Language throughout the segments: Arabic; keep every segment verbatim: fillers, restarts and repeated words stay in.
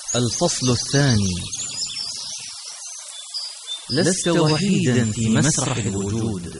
الفصل الثاني. لست وحيدا في مسرح الوجود.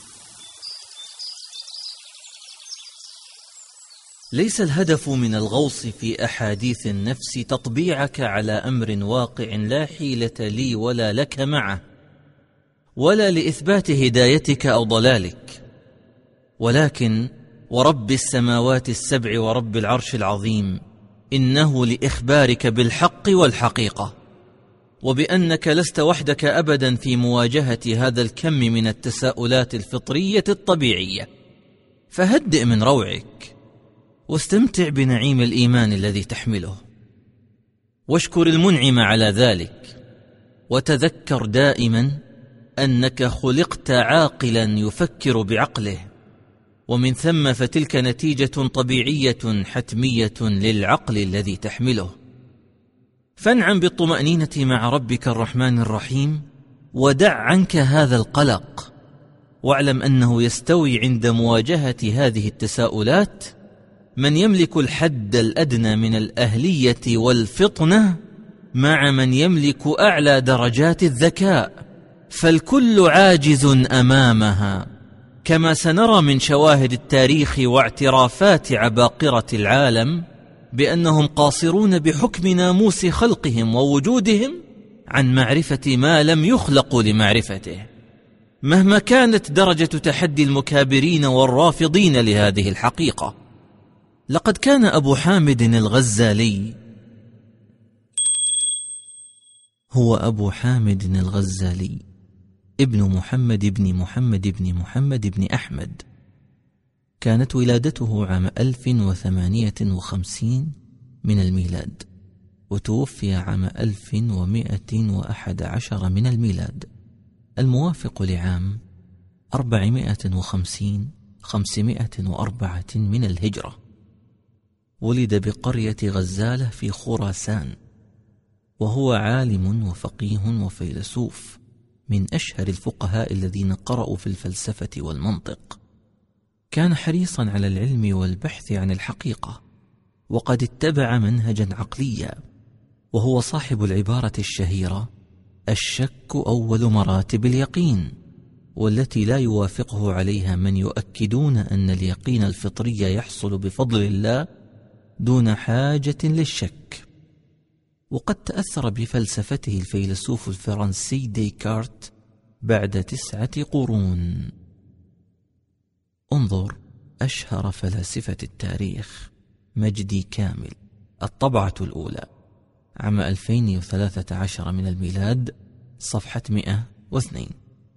ليس الهدف من الغوص في أحاديث النفس تطبيعك على أمر واقع لا حيلة لي ولا لك معه، ولا لإثبات هدايتك أو ضلالك، ولكن ورب السماوات السبع ورب العرش العظيم إنه لإخبارك بالحق والحقيقة، وبأنك لست وحدك أبدا في مواجهة هذا الكم من التساؤلات الفطرية الطبيعية. فهدئ من روعك واستمتع بنعيم الإيمان الذي تحمله، واشكر المنعم على ذلك، وتذكر دائما أنك خلقت عاقلا يفكر بعقله، ومن ثم فتلك نتيجة طبيعية حتمية للعقل الذي تحمله. فانعم بالطمأنينة مع ربك الرحمن الرحيم، ودع عنك هذا القلق، واعلم أنه يستوي عند مواجهة هذه التساؤلات من يملك الحد الأدنى من الأهلية والفطنة مع من يملك أعلى درجات الذكاء، فالكل عاجز أمامها، كما سنرى من شواهد التاريخ واعترافات عباقرة العالم بأنهم قاصرون بحكم ناموس خلقهم ووجودهم عن معرفة ما لم يخلقوا لمعرفته، مهما كانت درجة تحدي المكابرين والرافضين لهذه الحقيقة. لقد كان أبو حامد الغزالي هو أبو حامد الغزالي ابن محمد بن محمد بن محمد بن أحمد. كانت ولادته عام ألف وثمانية وخمسين من الميلاد، وتوفي عام ألف ومائة وأحد عشر من الميلاد، الموافق لعام أربعمائة وخمسين خمسمائة وأربعة من الهجرة. ولد بقرية غزالة في خراسان، وهو عالم وفقيه وفيلسوف من أشهر الفقهاء الذين قرأوا في الفلسفة والمنطق. كان حريصا على العلم والبحث عن الحقيقة، وقد اتبع منهجا عقليا، وهو صاحب العبارة الشهيرة: الشك أول مراتب اليقين، والتي لا يوافقه عليها من يؤكدون أن اليقين الفطري يحصل بفضل الله دون حاجة للشك. وقد تأثر بفلسفته الفيلسوف الفرنسي ديكارت بعد تسعة قرون. انظر أشهر فلاسفة التاريخ: مجدي كامل، الطبعة الأولى، عام ألفين وثلاثة عشر من الميلاد، صفحة مئة واثنين.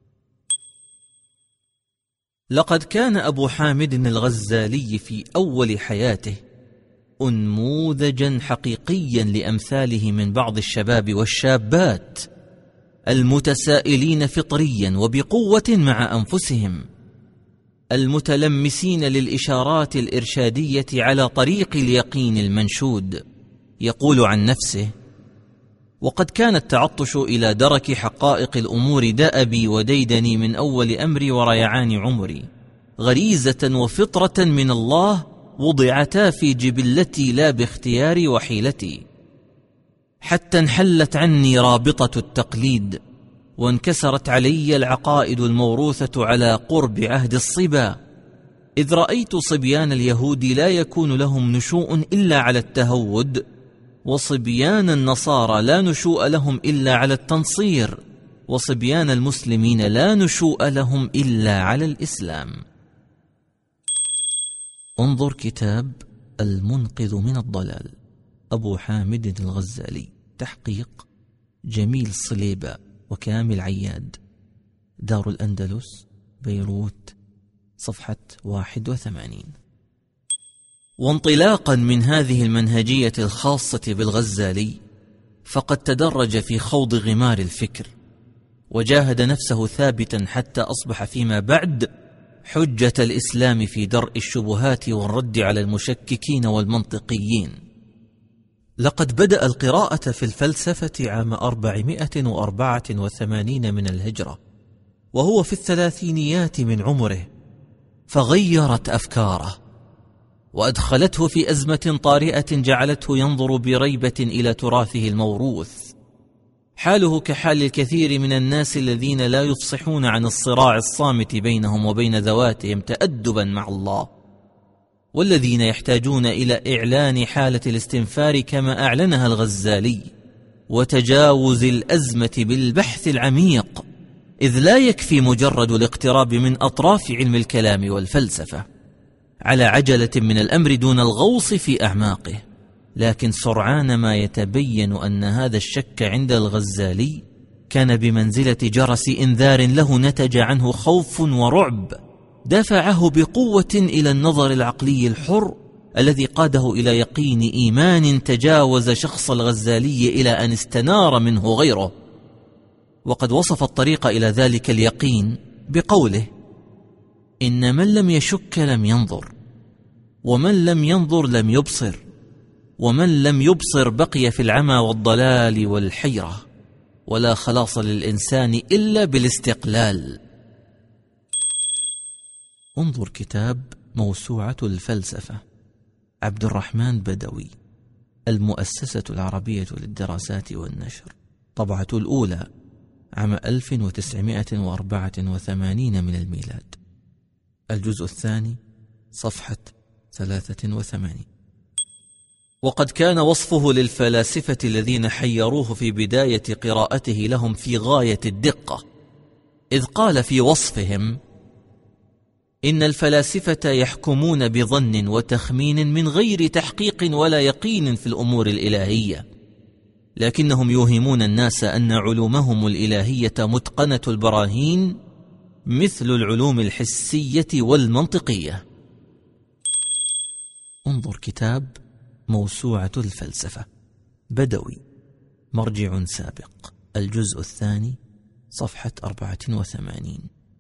لقد كان أبو حامد الغزالي في أول حياته أنموذجا حقيقيا لأمثاله من بعض الشباب والشابات المتسائلين فطريا وبقوة مع أنفسهم، المتلمسين للإشارات الإرشادية على طريق اليقين المنشود. يقول عن نفسه: وقد كان التعطش إلى درك حقائق الأمور دأبي وديدني من أول أمري وريعان عمري، غريزة وفطرة من الله وضعتا في جبلتي لا باختياري وحيلتي، حتى انحلت عني رابطة التقليد، وانكسرت علي العقائد الموروثة على قرب عهد الصبا، إذ رأيت صبيان اليهود لا يكون لهم نشوء إلا على التهود، وصبيان النصارى لا نشوء لهم إلا على التنصير، وصبيان المسلمين لا نشوء لهم إلا على الإسلام. انظر كتاب المنقذ من الضلال، أبو حامد الغزالي، تحقيق جميل صليبة وكامل عياد، دار الأندلس، بيروت، صفحة واحد وثمانين. وانطلاقا من هذه المنهجية الخاصة بالغزالي، فقد تدرج في خوض غمار الفكر، وجاهد نفسه ثابتا حتى أصبح فيما بعد حجة الإسلام في درء الشبهات والرد على المشككين والمنطقيين. لقد بدأ القراءة في الفلسفة عام أربعمائة وأربعة وثمانين من الهجرة، وهو في الثلاثينيات من عمره، فغيرت أفكاره، وأدخلته في أزمة طارئة جعلته ينظر بريبة إلى تراثه الموروث. حاله كحال الكثير من الناس الذين لا يفصحون عن الصراع الصامت بينهم وبين ذواتهم تأدبا مع الله، والذين يحتاجون إلى إعلان حالة الاستنفار كما أعلنها الغزالي، وتجاوز الأزمة بالبحث العميق، إذ لا يكفي مجرد الاقتراب من أطراف علم الكلام والفلسفة على عجلة من الأمر دون الغوص في أعماقه. لكن سرعان ما يتبين أن هذا الشك عند الغزالي كان بمنزلة جرس إنذار له نتج عنه خوف ورعب دفعه بقوة إلى النظر العقلي الحر الذي قاده إلى يقين إيمان تجاوز شخص الغزالي إلى أن استنار منه غيره. وقد وصف الطريق إلى ذلك اليقين بقوله: إن من لم يشك لم ينظر، ومن لم ينظر لم يبصر، ومن لم يبصر بقي في العمى والضلال والحيرة، ولا خلاص للإنسان إلا بالاستقلال. انظر كتاب موسوعة الفلسفة، عبد الرحمن بدوي، المؤسسة العربية للدراسات والنشر، طبعة الأولى عام ألف وتسعمائة وأربعة وثمانين من الميلاد، الجزء الثاني صفحة ثلاثة وثمانين. وقد كان وصفه للفلاسفة الذين حيروه في بداية قراءته لهم في غاية الدقة، إذ قال في وصفهم: إن الفلاسفة يحكمون بظن وتخمين من غير تحقيق ولا يقين في الأمور الإلهية، لكنهم يوهمون الناس أن علومهم الإلهية متقنة البراهين مثل العلوم الحسية والمنطقية. انظر كتاب موسوعة الفلسفة، بدوي، مرجع سابق، الجزء الثاني صفحة أربعة وثمانين.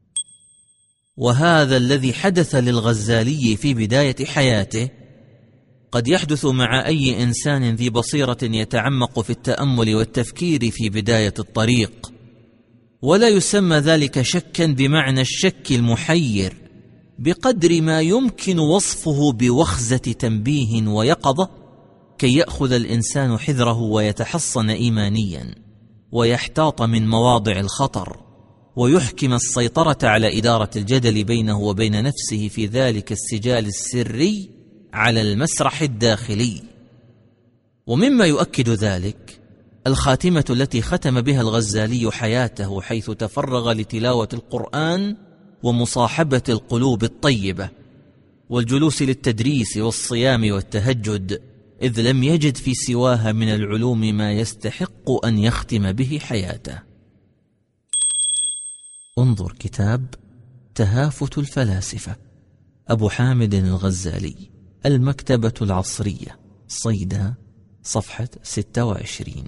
وهذا الذي حدث للغزالي في بداية حياته قد يحدث مع أي إنسان ذي بصيرة يتعمق في التأمل والتفكير في بداية الطريق، ولا يسمى ذلك شكا بمعنى الشك المحير، بقدر ما يمكن وصفه بوخزة تنبيه ويقظة، كي يأخذ الإنسان حذره ويتحصن إيمانيا، ويحتاط من مواضع الخطر، ويحكم السيطرة على إدارة الجدل بينه وبين نفسه في ذلك السجال السري على المسرح الداخلي. ومما يؤكد ذلك الخاتمة التي ختم بها الغزالي حياته، حيث تفرغ لتلاوة القرآن ومصاحبة القلوب الطيبة والجلوس للتدريس والصيام والتهجد، إذ لم يجد في سواها من العلوم ما يستحق أن يختم به حياته. انظر كتاب تهافت الفلاسفة، أبو حامد الغزالي، المكتبة العصرية، صيدا، صفحة ستة وعشرين.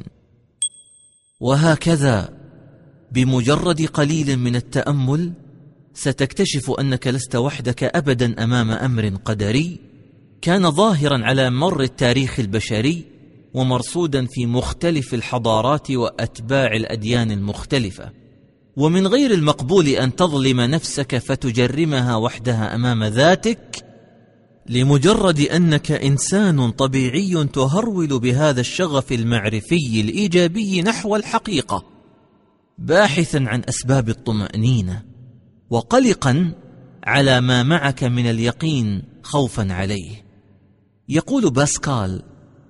وهكذا بمجرد قليل من التأمل ستكتشف أنك لست وحدك أبدا أمام أمر قدري كان ظاهرا على مر التاريخ البشري، ومرصودا في مختلف الحضارات وأتباع الأديان المختلفة، ومن غير المقبول أن تظلم نفسك فتجرمها وحدها أمام ذاتك لمجرد أنك إنسان طبيعي تهرول بهذا الشغف المعرفي الإيجابي نحو الحقيقة، باحثا عن أسباب الطمأنينة، وقلقا على ما معك من اليقين خوفا عليه. يقول باسكال: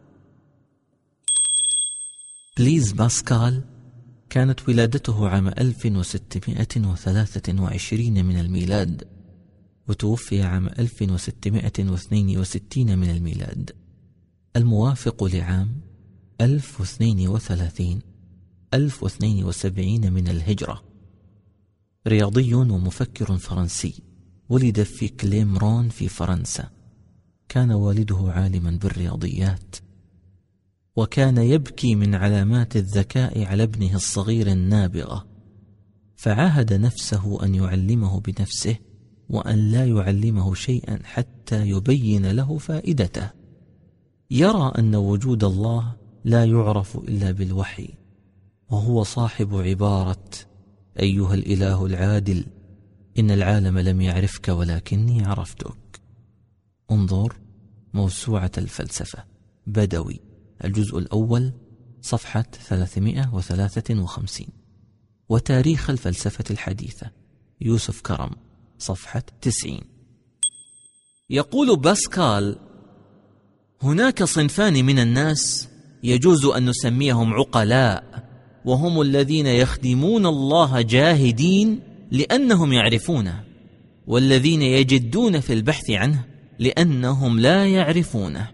بليز باسكال كانت ولادته عام ألف وستمائة وثلاثة وعشرين من الميلاد، وتوفي عام ألف وستمائة واثنين وستين من الميلاد، الموافق لعام ألف واثنين وثلاثين ألف واثنين وسبعين من الهجرة. رياضي ومفكر فرنسي، ولد في كليمرون في فرنسا. كان والده عالما بالرياضيات، وكان يبكي من علامات الذكاء على ابنه الصغير النابغة، فعاهد نفسه أن يعلمه بنفسه، وأن لا يعلمه شيئا حتى يبين له فائدته. يرى أن وجود الله لا يعرف إلا بالوحي، وهو صاحب عبارة: أيها الإله العادل، إن العالم لم يعرفك ولكني عرفتك. انظر موسوعة الفلسفة بدوي، الجزء الأول صفحة ثلاثمائة وثلاثة وخمسين. وتاريخ الفلسفة الحديثة يوسف كرم صفحة تسعين. يقول باسكال: هناك صنفان من الناس يجوز أن نسميهم عقلاء، وهم الذين يخدمون الله جاهدين لأنهم يعرفونه، والذين يجدون في البحث عنه لأنهم لا يعرفونه.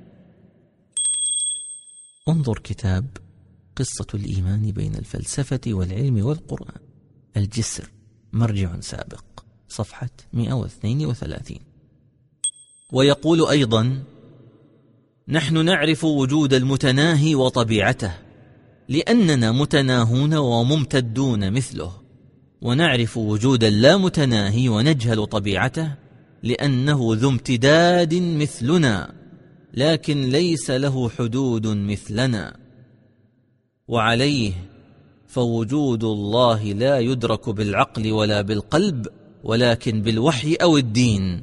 انظر كتاب قصة الإيمان بين الفلسفة والعلم والقرآن، الجسر، مرجع سابق، صفحة مئة واثنين وثلاثين. ويقول أيضا: نحن نعرف وجود المتناهي وطبيعته لأننا متناهون وممتدون مثله، ونعرف وجود اللامتناهي ونجهل طبيعته لأنه ذو امتداد مثلنا لكن ليس له حدود مثلنا. وعليه فوجود الله لا يدرك بالعقل ولا بالقلب، ولكن بالوحي أو الدين.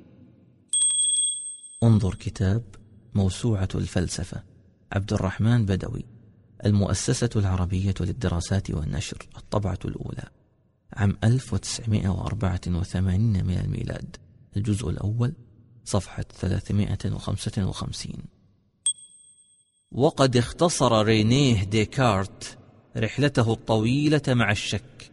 انظر كتاب موسوعة الفلسفة عبد الرحمن بدوي، المؤسسة العربية للدراسات والنشر، الطبعة الأولى، عام ألف وتسعمائة وأربعة وثمانين من الميلاد، الجزء الأول صفحة ثلاثمائة وخمسة وخمسين. وقد اختصر رينيه ديكارت رحلته الطويلة مع الشك.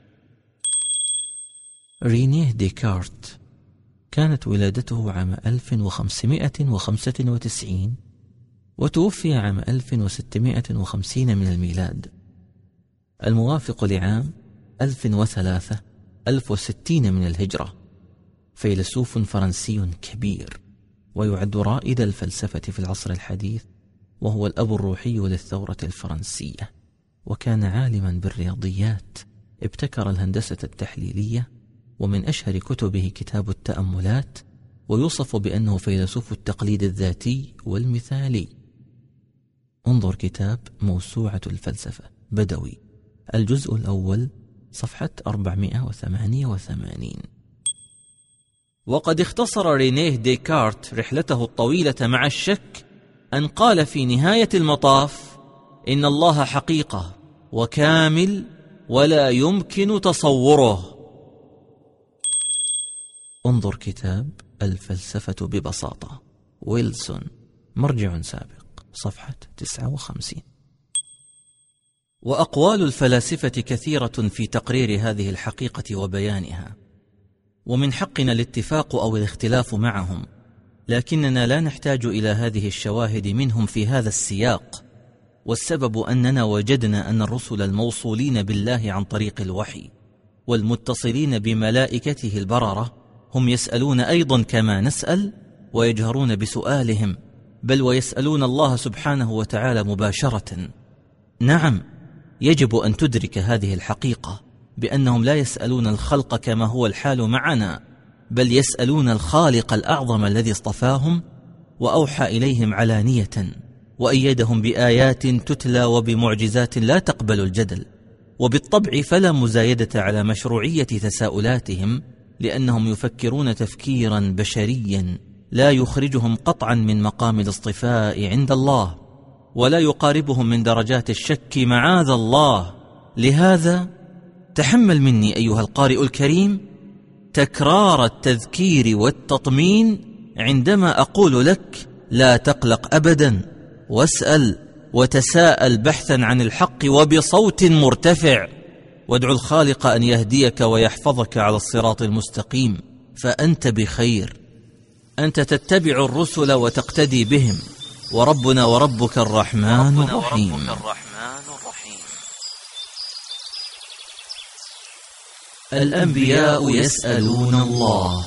رينيه ديكارت كانت ولادته عام ألف وخمسمائة وخمسة وتسعين وتوفي عام ألف وستمائة وخمسين من الميلاد، الموافق لعام ألف وثلاثة ألف وستين من الهجرة. فيلسوف فرنسي كبير، ويعد رائد الفلسفة في العصر الحديث، وهو الأب الروحي للثورة الفرنسية. وكان عالما بالرياضيات، ابتكر الهندسة التحليلية، ومن أشهر كتبه كتاب التأملات، ويوصف بأنه فيلسوف التقليد الذاتي والمثالي. انظر كتاب موسوعة الفلسفة بدوي، الجزء الأول صفحة أربعمائة وثمانية وثمانين. وقد اختصر رينيه ديكارت رحلته الطويلة مع الشك أن قال في نهاية المطاف: إن الله حقيقة وكامل ولا يمكن تصوره. انظر كتاب الفلسفة ببساطة ويلسون، مرجع سابق، صفحة تسعة وخمسين. وأقوال الفلاسفة كثيرة في تقرير هذه الحقيقة وبيانها، ومن حقنا الاتفاق أو الاختلاف معهم، لكننا لا نحتاج إلى هذه الشواهد منهم في هذا السياق. والسبب أننا وجدنا أن الرسل الموصولين بالله عن طريق الوحي والمتصلين بملائكته البررة هم يسألون أيضا كما نسأل، ويجهرون بسؤالهم، بل ويسألون الله سبحانه وتعالى مباشرة. نعم، يجب أن تدرك هذه الحقيقة بأنهم لا يسألون الخلق كما هو الحال معنا، بل يسألون الخالق الأعظم الذي اصطفاهم وأوحى إليهم علانية، وأيدهم بآيات تتلى وبمعجزات لا تقبل الجدل. وبالطبع فلا مزايدة على مشروعية تساؤلاتهم، لأنهم يفكرون تفكيرا بشريا لا يخرجهم قطعا من مقام الاصطفاء عند الله، ولا يقاربهم من درجات الشك معاذ الله. لهذا تحمل مني أيها القارئ الكريم تكرار التذكير والتطمين عندما أقول لك: لا تقلق أبدا، واسأل وتساءل بحثا عن الحق وبصوت مرتفع، وادعو الخالق أن يهديك ويحفظك على الصراط المستقيم، فأنت بخير. أنت تتبع الرسل وتقتدي بهم، وربنا وربك الرحمن الرحيم. الأنبياء يسألون الله.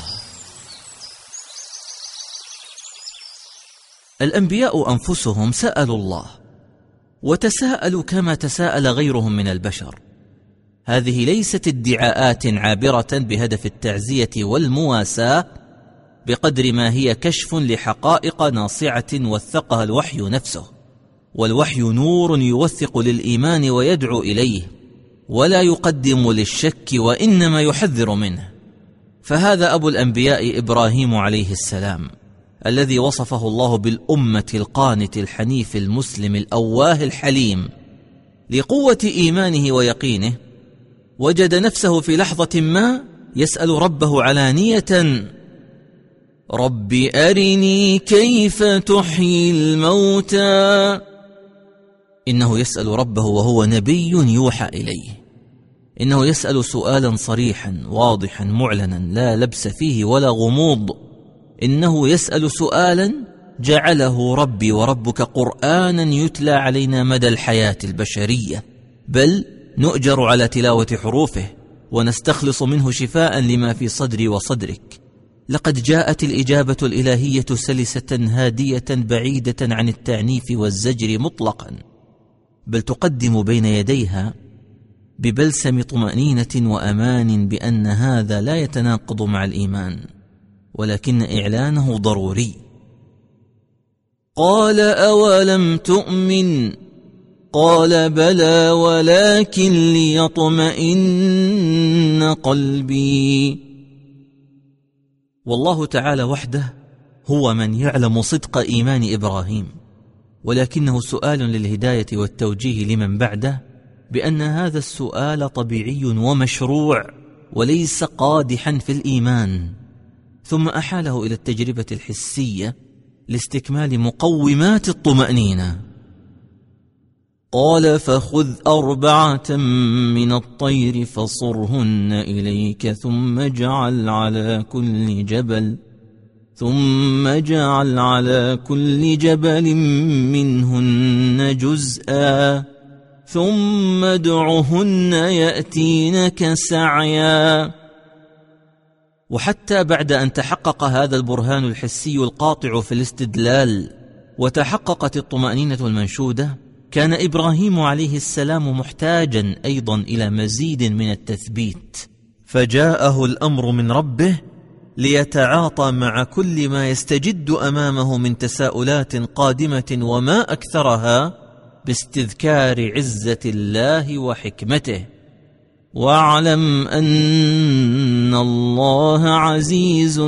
الأنبياء أنفسهم سألوا الله، وتساءلوا كما تساءل غيرهم من البشر. هذه ليست ادعاءات عابرة بهدف التعزية والمواساة، بقدر ما هي كشف لحقائق ناصعة وثقها الوحي نفسه. والوحي نور يوثق للإيمان ويدعو إليه، ولا يقدم للشك، وإنما يحذر منه. فهذا أبو الأنبياء إبراهيم عليه السلام الذي وصفه الله بالأمة القانت الحنيف المسلم الأواه الحليم لقوة إيمانه ويقينه، وجد نفسه في لحظة ما يسأل ربه علانية: رب أرني كيف تحيي الموتى. إنه يسأل ربه وهو نبي يوحى إليه، إنه يسأل سؤالا صريحا واضحا معلنا لا لبس فيه ولا غموض، إنه يسأل سؤالا جعله ربي وربك قرآنا يتلى علينا مدى الحياة البشرية، بل نؤجر على تلاوة حروفه ونستخلص منه شفاء لما في صدري وصدرك. لقد جاءت الإجابة الإلهية سلسة هادية بعيدة عن التعنيف والزجر مطلقا، بل تقدم بين يديها ببلسم طمأنينة وأمان بأن هذا لا يتناقض مع الإيمان، ولكن إعلانه ضروري. قال: أولم تؤمن؟ قال: بلى ولكن ليطمئن قلبي. والله تعالى وحده هو من يعلم صدق إيمان إبراهيم، ولكنه سؤال للهداية والتوجيه لمن بعده بأن هذا السؤال طبيعي ومشروع وليس قادحا في الإيمان، ثم أحاله إلى التجربة الحسية لاستكمال مقومات الطمأنينة. قال: فخذ أربعة من الطير فصرهن إليك ثم اجعل على كل جبل ثم اجعل على كل جبل منهن جزءا ثم ادعهن يأتينك سعيا. وحتى بعد أن تحقق هذا البرهان الحسي القاطع في الاستدلال وتحققت الطمأنينة المنشودة، كان إبراهيم عليه السلام محتاجا أيضا إلى مزيد من التثبيت، فجاءه الأمر من ربه ليتعاطى مع كل ما يستجد أمامه من تساؤلات قادمة وما أكثرها باستذكار عزة الله وحكمته. واعلم أن الله عزيز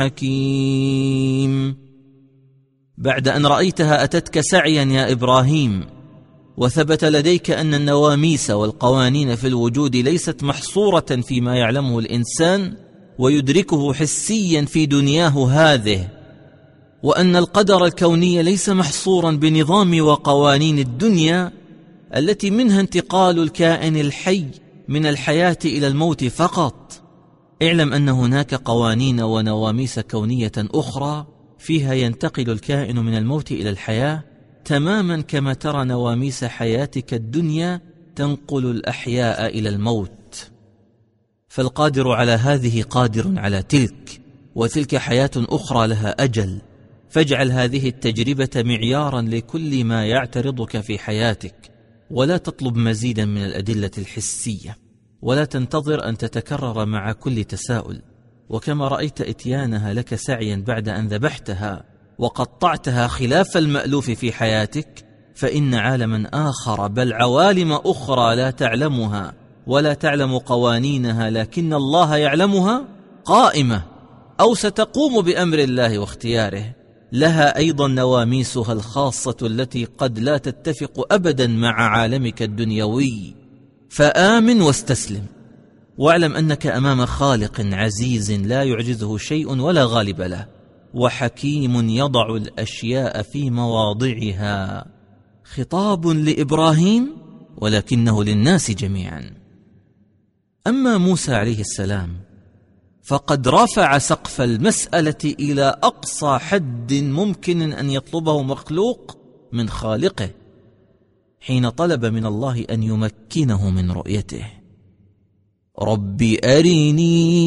حكيم. بعد أن رأيتها أتتك سعيا يا إبراهيم، وثبت لديك أن النواميس والقوانين في الوجود ليست محصورة فيما يعلمه الإنسان ويدركه حسيا في دنياه هذه، وأن القدر الكوني ليس محصورا بنظام وقوانين الدنيا التي منها انتقال الكائن الحي من الحياة إلى الموت فقط. اعلم أن هناك قوانين ونواميس كونية أخرى فيها ينتقل الكائن من الموت إلى الحياة، تماما كما ترى نواميس حياتك الدنيا تنقل الأحياء إلى الموت. فالقادر على هذه قادر على تلك، وتلك حياة أخرى لها أجل. فاجعل هذه التجربة معيارا لكل ما يعترضك في حياتك، ولا تطلب مزيدا من الأدلة الحسية، ولا تنتظر أن تتكرر مع كل تساؤل. وكما رأيت إتيانها لك سعيا بعد أن ذبحتها وقطعتها خلاف المألوف في حياتك، فإن عالما آخر بل عوالم أخرى لا تعلمها ولا تعلم قوانينها لكن الله يعلمها قائمة أو ستقوم بأمر الله واختياره، لها أيضا نواميسها الخاصة التي قد لا تتفق أبدا مع عالمك الدنيوي. فآمن واستسلم، واعلم أنك أمام خالق عزيز لا يعجزه شيء ولا غالب له، وحكيم يضع الأشياء في مواضعها. خطاب لإبراهيم ولكنه للناس جميعا. أما موسى عليه السلام فقد رفع سقف المسألة إلى أقصى حد ممكن أن يطلبه مخلوق من خالقه، حين طلب من الله أن يمكنه من رؤيته. رب أرني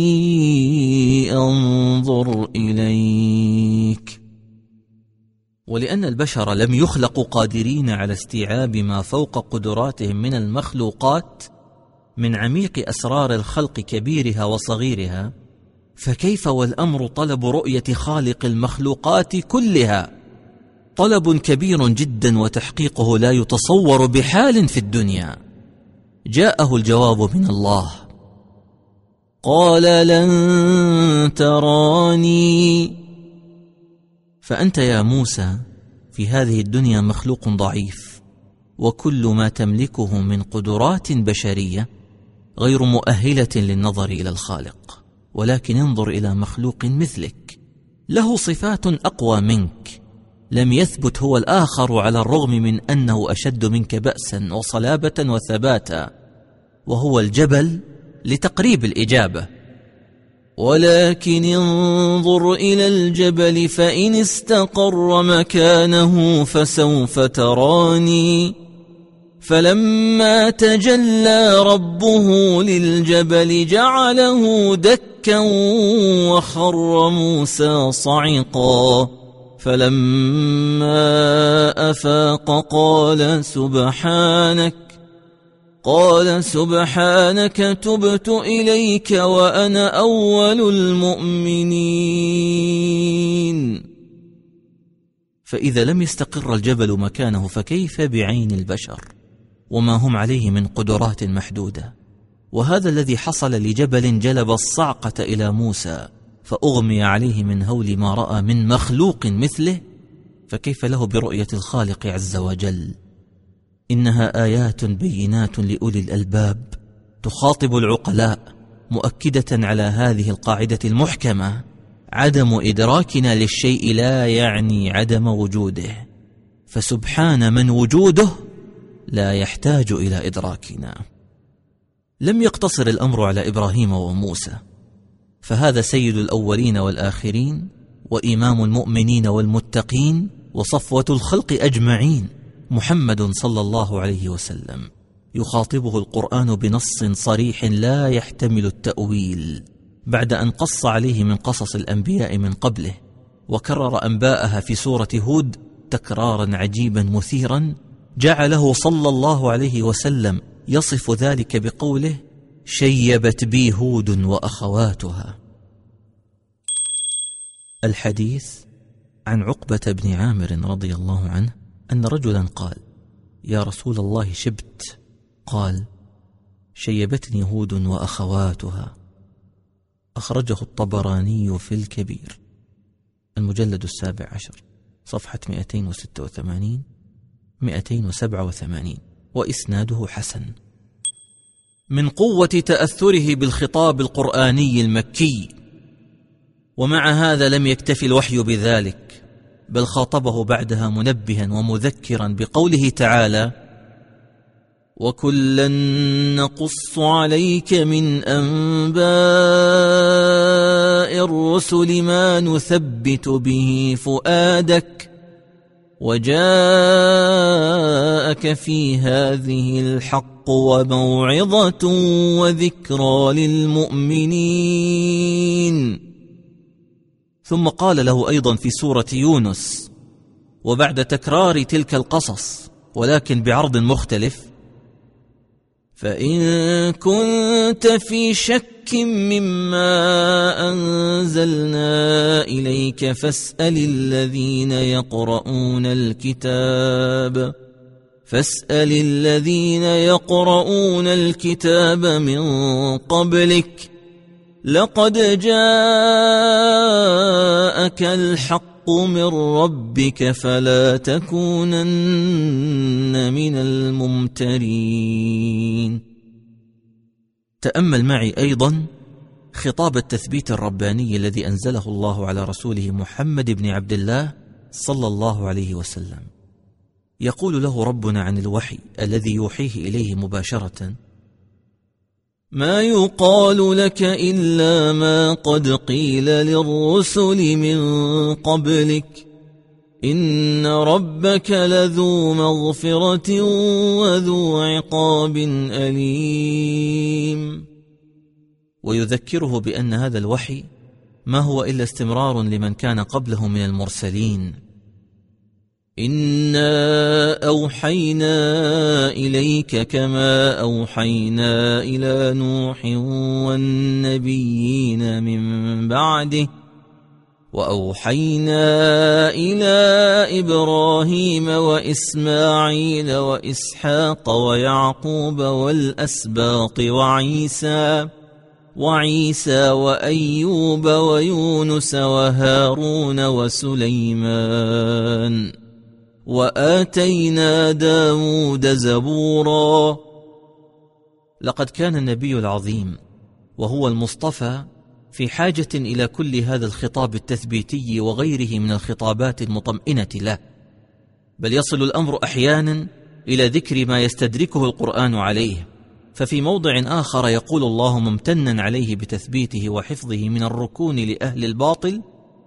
أنظر إليك. ولأن البشر لم يخلقوا قادرين على استيعاب ما فوق قدراتهم من المخلوقات من عميق أسرار الخلق كبيرها وصغيرها، فكيف والأمر طلب رؤية خالق المخلوقات كلها؟ طلب كبير جدا وتحقيقه لا يتصور بحال في الدنيا. جاءه الجواب من الله: قال لن تراني فأنت يا موسى في هذه الدنيا مخلوق ضعيف، وكل ما تملكه من قدرات بشرية غير مؤهلة للنظر إلى الخالق، ولكن انظر إلى مخلوق مثلك له صفات أقوى منك، لم يثبت هو الآخر على الرغم من أنه أشد منك بأسا وصلابة وثباتا، وهو الجبل لتقريب الإجابة. ولكن انظر إلى الجبل فإن استقر مكانه فسوف تراني، فلما تجلى ربه للجبل جعله دكا وخر موسى صعقا، فلما أفاق قال سبحانك قال سبحانك تبت إليك وأنا أول المؤمنين. فإذا لم يستقر الجبل مكانه فكيف بعين البشر وما هم عليه من قدرات محدودة؟ وهذا الذي حصل لجبل جلب الصعقة إلى موسى فأغمي عليه من هول ما رأى من مخلوق مثله، فكيف له برؤية الخالق عز وجل؟ إنها آيات بينات لأولي الألباب تخاطب العقلاء، مؤكدة على هذه القاعدة المحكمة: عدم إدراكنا للشيء لا يعني عدم وجوده، فسبحان من وجوده لا يحتاج إلى إدراكنا. لم يقتصر الأمر على إبراهيم وموسى، فهذا سيد الأولين والآخرين وإمام المؤمنين والمتقين وصفوة الخلق أجمعين، محمد صلى الله عليه وسلم، يخاطبه القرآن بنص صريح لا يحتمل التأويل، بعد أن قص عليه من قصص الأنبياء من قبله، وكرر أنباءها في سورة هود تكرارا عجيبا مثيرا جعله صلى الله عليه وسلم يصف ذلك بقوله: شيبت بي هود وأخواتها. الحديث عن عقبة بن عامر رضي الله عنه أن رجلا قال: يا رسول الله شبت؟ قال: شيبتني هود وأخواتها. أخرجه الطبراني في الكبير المجلد السابع عشر صفحة مئتين وستة وثمانين مئتين وسبعة وثمانين، وإسناده حسن. من قوة تأثره بالخطاب القرآني المكي، ومع هذا لم يكتفي الوحي بذلك، بل خاطبه بعدها منبها ومذكرا بقوله تعالى: وكلا نقص عليك من أنباء الرسل ما نثبت به فؤادك وجاءك في هذه الحق وموعظة وذكرى للمؤمنين. ثم قال له أيضا في سورة يونس وبعد تكرار تلك القصص ولكن بعرض مختلف: فإن كنت في شك مما أنزلنا إليك فاسأل الذين يقرؤون الكتاب فاسأل الذين يقرؤون الكتاب من قبلك لقد جاءك الحق من ربك فلا تكونن من الممترين. تأمل معي أيضا خطاب التثبيت الرباني الذي أنزله الله على رسوله محمد بن عبد الله صلى الله عليه وسلم. يقول له ربنا عن الوحي الذي يوحيه إليه مباشرة: ما يقال لك إلا ما قد قيل للرسل من قبلك إن ربك لذو مغفرة وذو عقاب أليم. ويذكره بأن هذا الوحي ما هو إلا استمرار لمن كان قبله من المرسلين. إنا أوحينا إليك كما أوحينا إلى نوح والنبيين من بعده وأوحينا إلى إبراهيم وإسماعيل وإسحاق ويعقوب والأسباط وعيسى وعيسى وأيوب ويونس وهارون وسليمان وآتينا داود زبورا. لقد كان النبي العظيم وهو المصطفى في حاجة إلى كل هذا الخطاب التثبيتي وغيره من الخطابات المطمئنة له، بل يصل الأمر أحيانا إلى ذكر ما يستدركه القرآن عليه. ففي موضع آخر يقول الله ممتنا عليه بتثبيته وحفظه من الركون لأهل الباطل: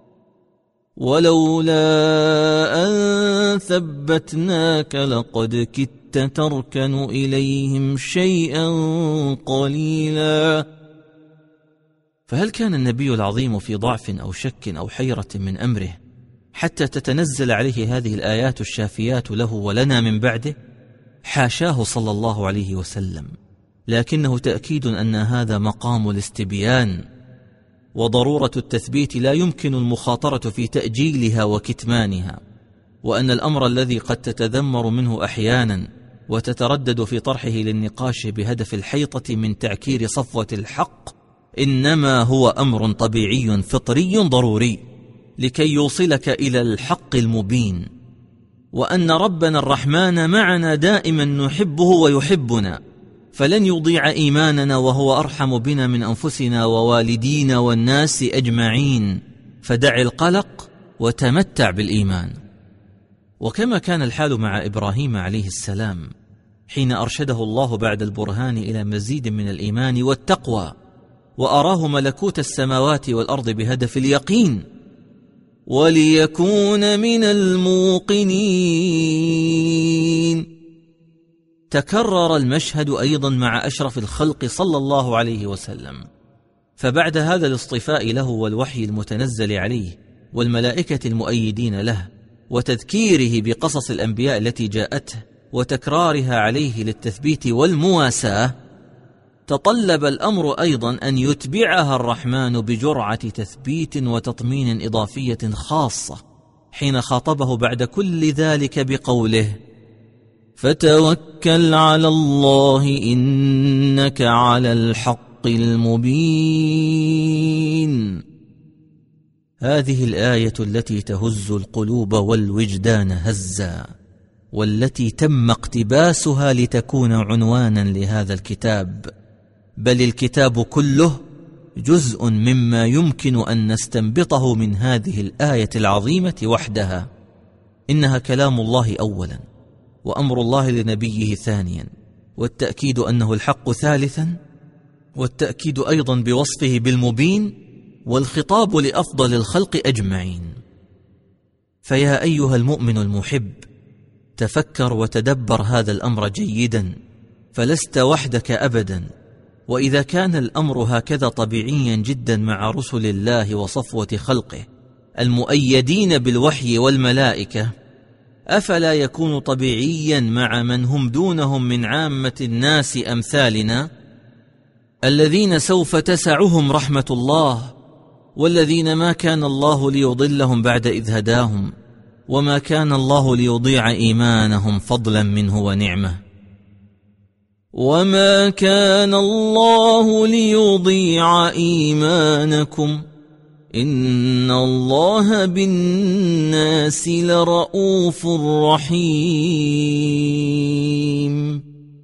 ولولا أن ثبتناك لقد كدت تركن إليهم شيئا قليلا. فهل كان النبي العظيم في ضعف أو شك أو حيرة من أمره حتى تتنزل عليه هذه الآيات الشافيات له ولنا من بعده؟ حاشاه صلى الله عليه وسلم، لكنه تأكيد أن هذا مقام الاستبيان، وضرورة التثبيت لا يمكن المخاطرة في تأجيلها وكتمانها، وأن الأمر الذي قد تتذمر منه أحيانا وتتردد في طرحه للنقاش بهدف الحيطة من تعكير صفوة الحق إنما هو أمر طبيعي فطري ضروري لكي يوصلك إلى الحق المبين، وأن ربنا الرحمن معنا دائما نحبه ويحبنا، فلن يضيع إيماننا وهو أرحم بنا من أنفسنا ووالدينا والناس أجمعين، فدع القلق وتمتع بالإيمان. وكما كان الحال مع إبراهيم عليه السلام حين أرشده الله بعد البرهان إلى مزيد من الإيمان والتقوى، وأراه ملكوت السماوات والأرض بهدف اليقين وليكون من الموقنين. تكرر المشهد أيضا مع أشرف الخلق صلى الله عليه وسلم، فبعد هذا الاصطفاء له والوحي المتنزل عليه والملائكة المؤيدين له وتذكيره بقصص الأنبياء التي جاءته وتكرارها عليه للتثبيت والمواساة، تطلب الأمر أيضا أن يتبعها الرحمن بجرعة تثبيت وتطمين إضافية خاصة حين خاطبه بعد كل ذلك بقوله: فتوكل على الله إنك على الحق المبين. هذه الآية التي تهز القلوب والوجدان هزا، والتي تم اقتباسها لتكون عنوانا لهذا الكتاب، بل الكتاب كله جزء مما يمكن أن نستنبطه من هذه الآية العظيمة وحدها. إنها كلام الله أولا، وأمر الله لنبيه ثانيا، والتأكيد أنه الحق ثالثا، والتأكيد أيضا بوصفه بالمبين، والخطاب لأفضل الخلق أجمعين. فيا أيها المؤمن المحب، تفكر وتدبر هذا الأمر جيدا، فلست وحدك أبدا. وإذا كان الأمر هكذا طبيعيا جدا مع رسل الله وصفوة خلقه المؤيدين بالوحي والملائكة، أفلا يكون طبيعيا مع من هم دونهم من عامة الناس أمثالنا، الذين سوف تسعهم رحمة الله، والذين ما كان الله ليضلهم بعد إذ هداهم، وما كان الله ليضيع إيمانهم فضلا منه ونعمه. وما كان الله ليضيع إيمانكم إن الله بالناس لرؤوف رحيم.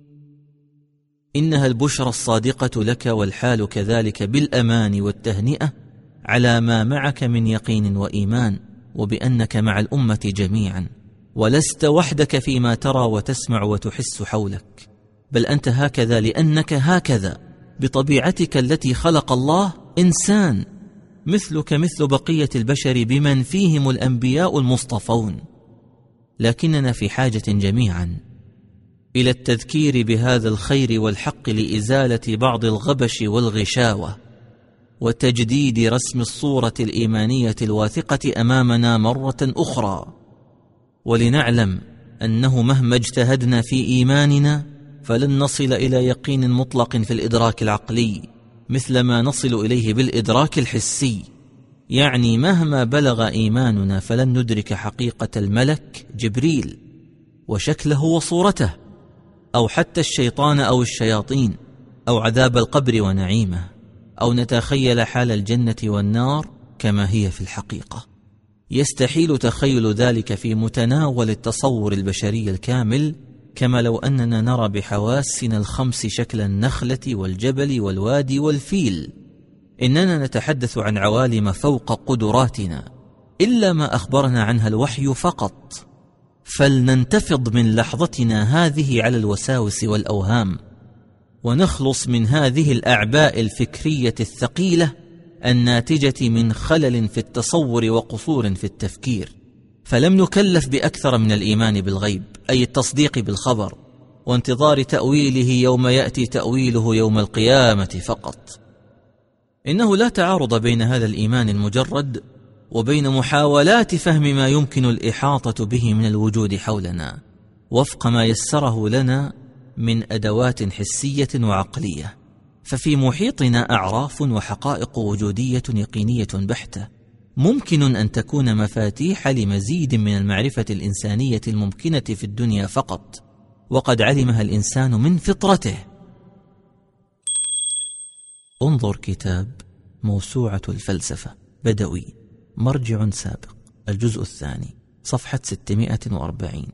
إنها البشرى الصادقة لك، والحال كذلك بالأمان والتهنئة على ما معك من يقين وإيمان، وبأنك مع الأمة جميعا، ولست وحدك فيما ترى وتسمع وتحس حولك، بل أنت هكذا لأنك هكذا بطبيعتك التي خلق الله إنسان مثلك مثل بقية البشر بمن فيهم الأنبياء المصطفون. لكننا في حاجة جميعا إلى التذكير بهذا الخير والحق لإزالة بعض الغبش والغشاوة، وتجديد رسم الصورة الإيمانية الواثقة أمامنا مرة أخرى، ولنعلم أنه مهما اجتهدنا في إيماننا فلن نصل إلى يقين مطلق في الإدراك العقلي مثل ما نصل إليه بالإدراك الحسي. يعني مهما بلغ إيماننا فلن ندرك حقيقة الملك جبريل وشكله وصورته، أو حتى الشيطان أو الشياطين، أو عذاب القبر ونعيمه. أو نتخيل حال الجنة والنار كما هي في الحقيقة. يستحيل تخيل ذلك في متناول التصور البشري الكامل، كما لو أننا نرى بحواسنا الخمس شكل النخلة والجبل والوادي والفيل. إننا نتحدث عن عوالم فوق قدراتنا، إلا ما أخبرنا عنها الوحي فقط. فلننتفض من لحظتنا هذه على الوساوس والأوهام، ونخلص من هذه الأعباء الفكرية الثقيلة الناتجة من خلل في التصور وقصور في التفكير. فلم نكلف بأكثر من الإيمان بالغيب، أي التصديق بالخبر وانتظار تأويله يوم يأتي تأويله يوم القيامة فقط. إنه لا تعارض بين هذا الإيمان المجرد وبين محاولات فهم ما يمكن الإحاطة به من الوجود حولنا وفق ما يسره لنا من أدوات حسية وعقلية. ففي محيطنا أعراف وحقائق وجودية يقينية بحتة، ممكن أن تكون مفاتيح لمزيد من المعرفة الإنسانية الممكنة في الدنيا فقط، وقد علمها الإنسان من فطرته. انظر كتاب موسوعة الفلسفة بدوي، مرجع سابق، الجزء الثاني، صفحة ستمائة وأربعين.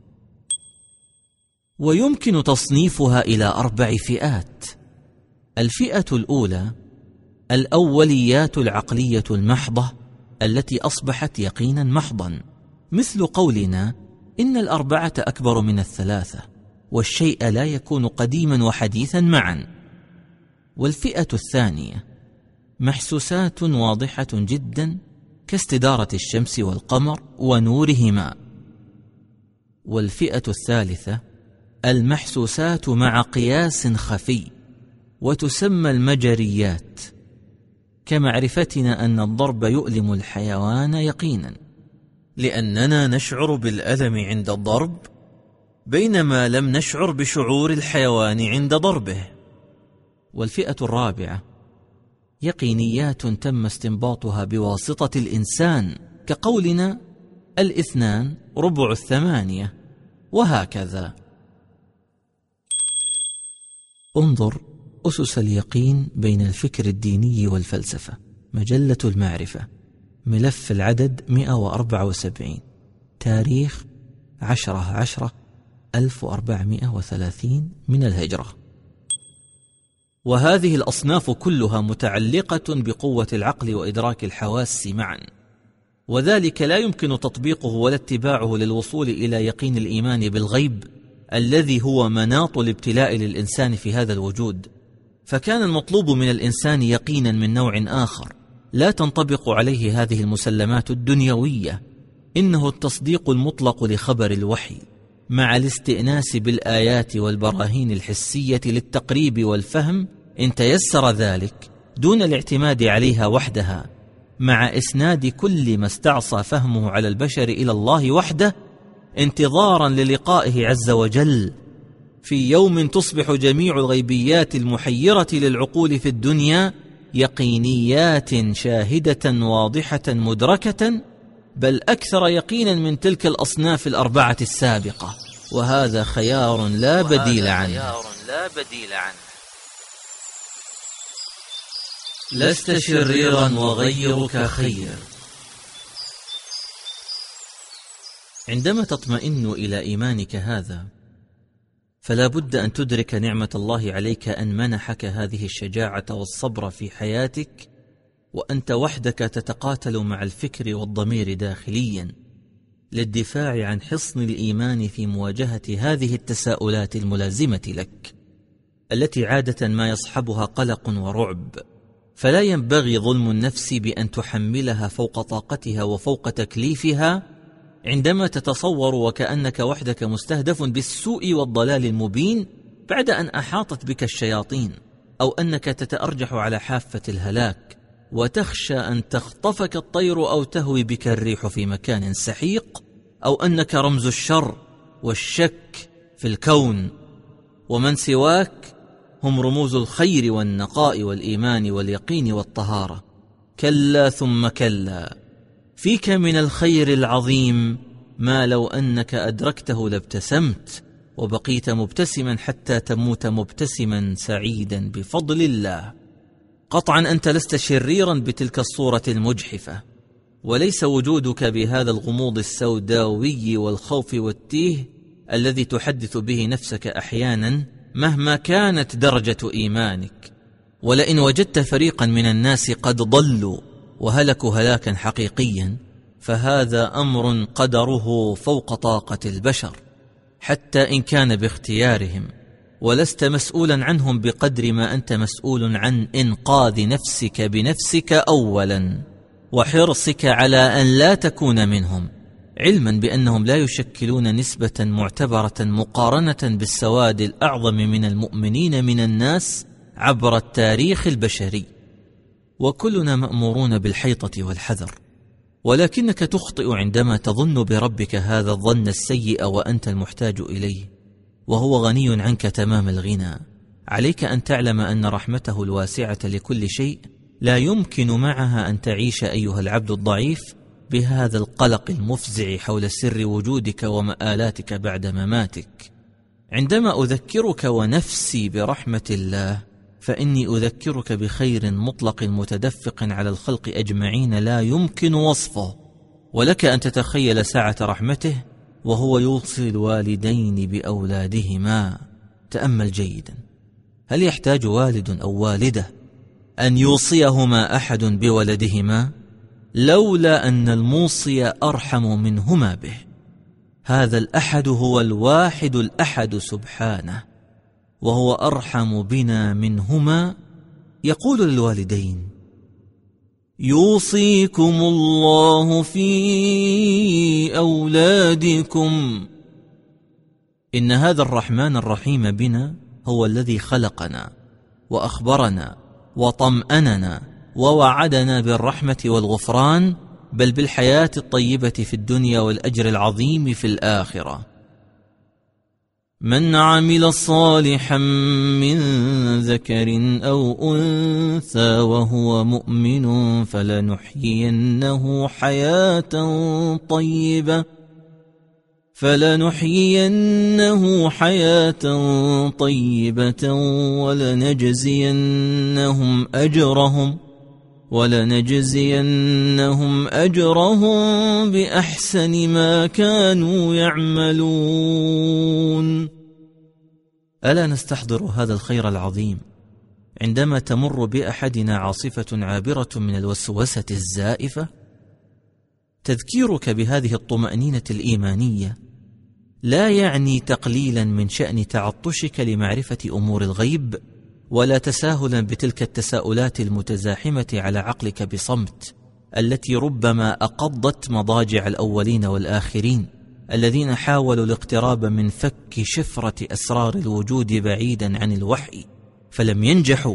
ويمكن تصنيفها إلى أربع فئات. الفئة الأولى الأوليات العقلية المحضة التي أصبحت يقينا محضا، مثل قولنا إن الأربعة أكبر من الثلاثة، والشيء لا يكون قديما وحديثا معا. والفئة الثانية محسوسات واضحة جدا كاستدارة الشمس والقمر ونورهما. والفئة الثالثة المحسوسات مع قياس خفي، وتسمى المجريات، كمعرفتنا أن الضرب يؤلم الحيوان يقينا لأننا نشعر بالألم عند الضرب، بينما لم نشعر بشعور الحيوان عند ضربه. والفئة الرابعة يقينيات تم استنباطها بواسطة الإنسان، كقولنا الاثنان ربع الثمانية، وهكذا. انظر أسس اليقين بين الفكر الديني والفلسفة، مجلة المعرفة، ملف العدد مئة وأربعة وسبعين، تاريخ عشرة عشرة ألف وأربعمائة وثلاثين من الهجرة. وهذه الأصناف كلها متعلقة بقوة العقل وإدراك الحواس معا، وذلك لا يمكن تطبيقه ولا اتباعه للوصول إلى يقين الإيمان بالغيب الذي هو مناط الابتلاء للإنسان في هذا الوجود. فكان المطلوب من الإنسان يقينا من نوع آخر لا تنطبق عليه هذه المسلمات الدنيوية، إنه التصديق المطلق لخبر الوحي مع الاستئناس بالآيات والبراهين الحسية للتقريب والفهم إن تيسر ذلك، دون الاعتماد عليها وحدها، مع إسناد كل ما استعصى فهمه على البشر إلى الله وحده، انتظارا للقائه عز وجل في يوم تصبح جميع الغيبيات المحيرة للعقول في الدنيا يقينيات شاهدة واضحة مدركة، بل أكثر يقينا من تلك الأصناف الأربعة السابقة. وهذا خيار لا بديل عنه. لست شريرا وغيرك خير. عندما تطمئن إلى إيمانك هذا، فلا بد أن تدرك نعمة الله عليك أن منحك هذه الشجاعة والصبر في حياتك، وأنت وحدك تتقاتل مع الفكر والضمير داخليا للدفاع عن حصن الإيمان في مواجهة هذه التساؤلات الملازمة لك، التي عادة ما يصحبها قلق ورعب. فلا ينبغي ظلم النفس بأن تحملها فوق طاقتها وفوق تكليفها عندما تتصور وكأنك وحدك مستهدف بالسوء والضلال المبين بعد أن أحاطت بك الشياطين، أو أنك تتأرجح على حافة الهلاك وتخشى أن تخطفك الطير أو تهوي بك الريح في مكان سحيق، أو أنك رمز الشر والشك في الكون، ومن سواك هم رموز الخير والنقاء والإيمان واليقين والطهارة. كلا ثم كلا، فيك من الخير العظيم ما لو أنك أدركته لابتسمت وبقيت مبتسما حتى تموت مبتسما سعيدا بفضل الله. قطعا أنت لست شريرا بتلك الصورة المجحفة، وليس وجودك بهذا الغموض السوداوي والخوف والتيه الذي تحدث به نفسك أحيانا مهما كانت درجة إيمانك. ولئن وجدت فريقا من الناس قد ضلوا وهلكوا هلاكا حقيقيا، فهذا أمر قدره فوق طاقة البشر حتى إن كان باختيارهم، ولست مسؤولا عنهم بقدر ما أنت مسؤول عن إنقاذ نفسك بنفسك أولا، وحرصك على أن لا تكون منهم، علما بأنهم لا يشكلون نسبة معتبرة مقارنة بالسواد الأعظم من المؤمنين من الناس عبر التاريخ البشري. وكلنا مأمورون بالحيطة والحذر، ولكنك تخطئ عندما تظن بربك هذا الظن السيء وأنت المحتاج إليه، وهو غني عنك تمام الغنى. عليك أن تعلم أن رحمته الواسعة لكل شيء لا يمكن معها أن تعيش أيها العبد الضعيف بهذا القلق المفزع حول سر وجودك ومآلاتك بعد مماتك. عندما أذكرك ونفسي برحمة الله، فإني أذكرك بخير مطلق متدفق على الخلق أجمعين لا يمكن وصفه، ولك أن تتخيل سعة رحمته وهو يوصي الوالدين بأولادهما. تأمل جيدا، هل يحتاج والد أو والدة أن يوصيهما أحد بولدهما؟ لولا أن الموصي أرحم منهما به. هذا الأحد هو الواحد الأحد سبحانه، وهو أرحم بنا منهما. يقول للوالدين: يوصيكم الله في أولادكم. إن هذا الرحمن الرحيم بنا هو الذي خلقنا وأخبرنا وطمأننا ووعدنا بالرحمة والغفران، بل بالحياة الطيبة في الدنيا والأجر العظيم في الآخرة. من عمل صالحا من ذكر أو أنثى وهو مؤمن فلنحيينه حياة طيبة فلنحيينه حياة طيبة ولنجزينهم أجرهم ولنجزينهم أجرهم بأحسن ما كانوا يعملون. ألا نستحضر هذا الخير العظيم عندما تمر بأحدنا عاصفة عابرة من الوسوسة الزائفة؟ تذكيرك بهذه الطمأنينة الإيمانية لا يعني تقليلا من شأن تعطشك لمعرفة أمور الغيب، ولا تساهلا بتلك التساؤلات المتزاحمة على عقلك بصمت، التي ربما أقضت مضاجع الأولين والآخرين الذين حاولوا الاقتراب من فك شفرة أسرار الوجود بعيدا عن الوحي فلم ينجحوا،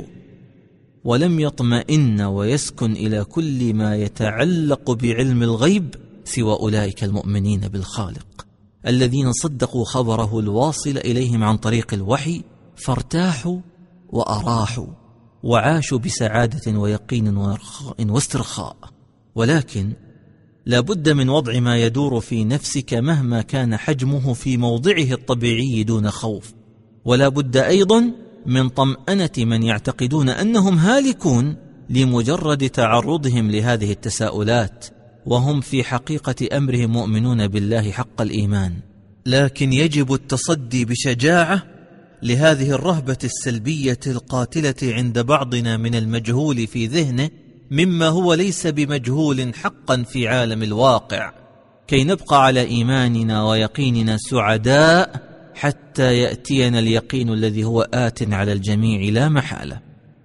ولم يطمئن ويسكن إلى كل ما يتعلق بعلم الغيب سوى أولئك المؤمنين بالخالق الذين صدقوا خبره الواصل إليهم عن طريق الوحي، فارتاحوا وأراحوا وعاشوا بسعادة ويقين ورخاء واسترخاء. ولكن لا بد من وضع ما يدور في نفسك مهما كان حجمه في موضعه الطبيعي دون خوف، ولا بد أيضا من طمأنة من يعتقدون أنهم هالكون لمجرد تعرضهم لهذه التساؤلات، وهم في حقيقة أمرهم مؤمنون بالله حق الإيمان. لكن يجب التصدي بشجاعة لهذه الرهبة السلبية القاتلة عند بعضنا من المجهول في ذهنه مما هو ليس بمجهول حقا في عالم الواقع، كي نبقى على إيماننا ويقيننا سعداء حتى يأتينا اليقين الذي هو آت على الجميع لا محالة.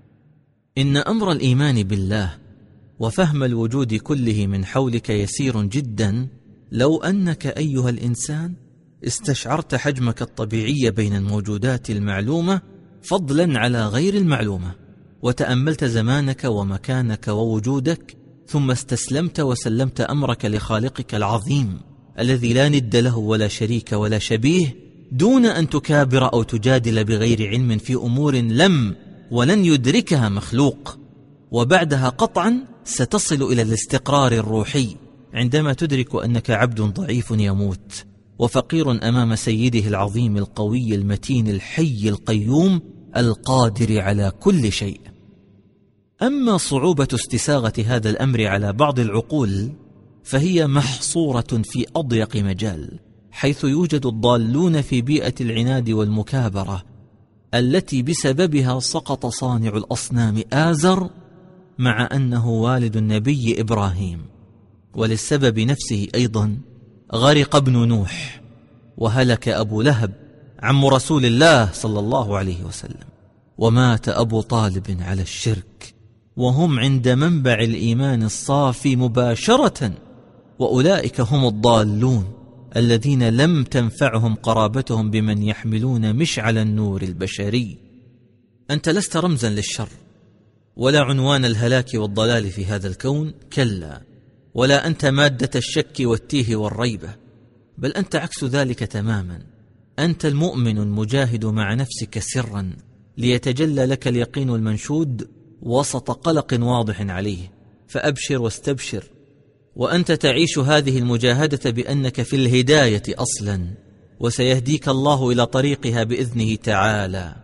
إن أمر الإيمان بالله وفهم الوجود كله من حولك يسير جدا لو أنك أيها الإنسان استشعرت حجمك الطبيعي بين الموجودات المعلومة فضلا على غير المعلومة، وتأملت زمانك ومكانك ووجودك، ثم استسلمت وسلمت أمرك لخالقك العظيم الذي لا ند له ولا شريك ولا شبيه، دون أن تكابر أو تجادل بغير علم في أمور لم ولن يدركها مخلوق. وبعدها قطعا ستصل إلى الاستقرار الروحي عندما تدرك أنك عبد ضعيف يموت وفقير أمام سيده العظيم القوي المتين الحي القيوم القادر على كل شيء. أما صعوبة استساغة هذا الأمر على بعض العقول فهي محصورة في أضيق مجال، حيث يوجد الضالون في بيئة العناد والمكابرة التي بسببها سقط صانع الأصنام آزر مع أنه والد النبي إبراهيم. وللسبب نفسه أيضا غرق ابن نوح، وهلك أبو لهب عم رسول الله صلى الله عليه وسلم، ومات أبو طالب على الشرك، وهم عند منبع الإيمان الصافي مباشرة، وأولئك هم الضالون الذين لم تنفعهم قرابتهم بمن يحملون مشعل النور البشري. أنت لست رمزا للشر ولا عنوان الهلاك والضلال في هذا الكون، كلا، ولا أنت مادة الشك والتيه والريبة، بل أنت عكس ذلك تماما. أنت المؤمن المجاهد مع نفسك سرا ليتجلى لك اليقين المنشود وسط قلق واضح عليه، فأبشر واستبشر، وأنت تعيش هذه المجاهدة بأنك في الهداية أصلا، وسيهديك الله إلى طريقها بإذنه تعالى.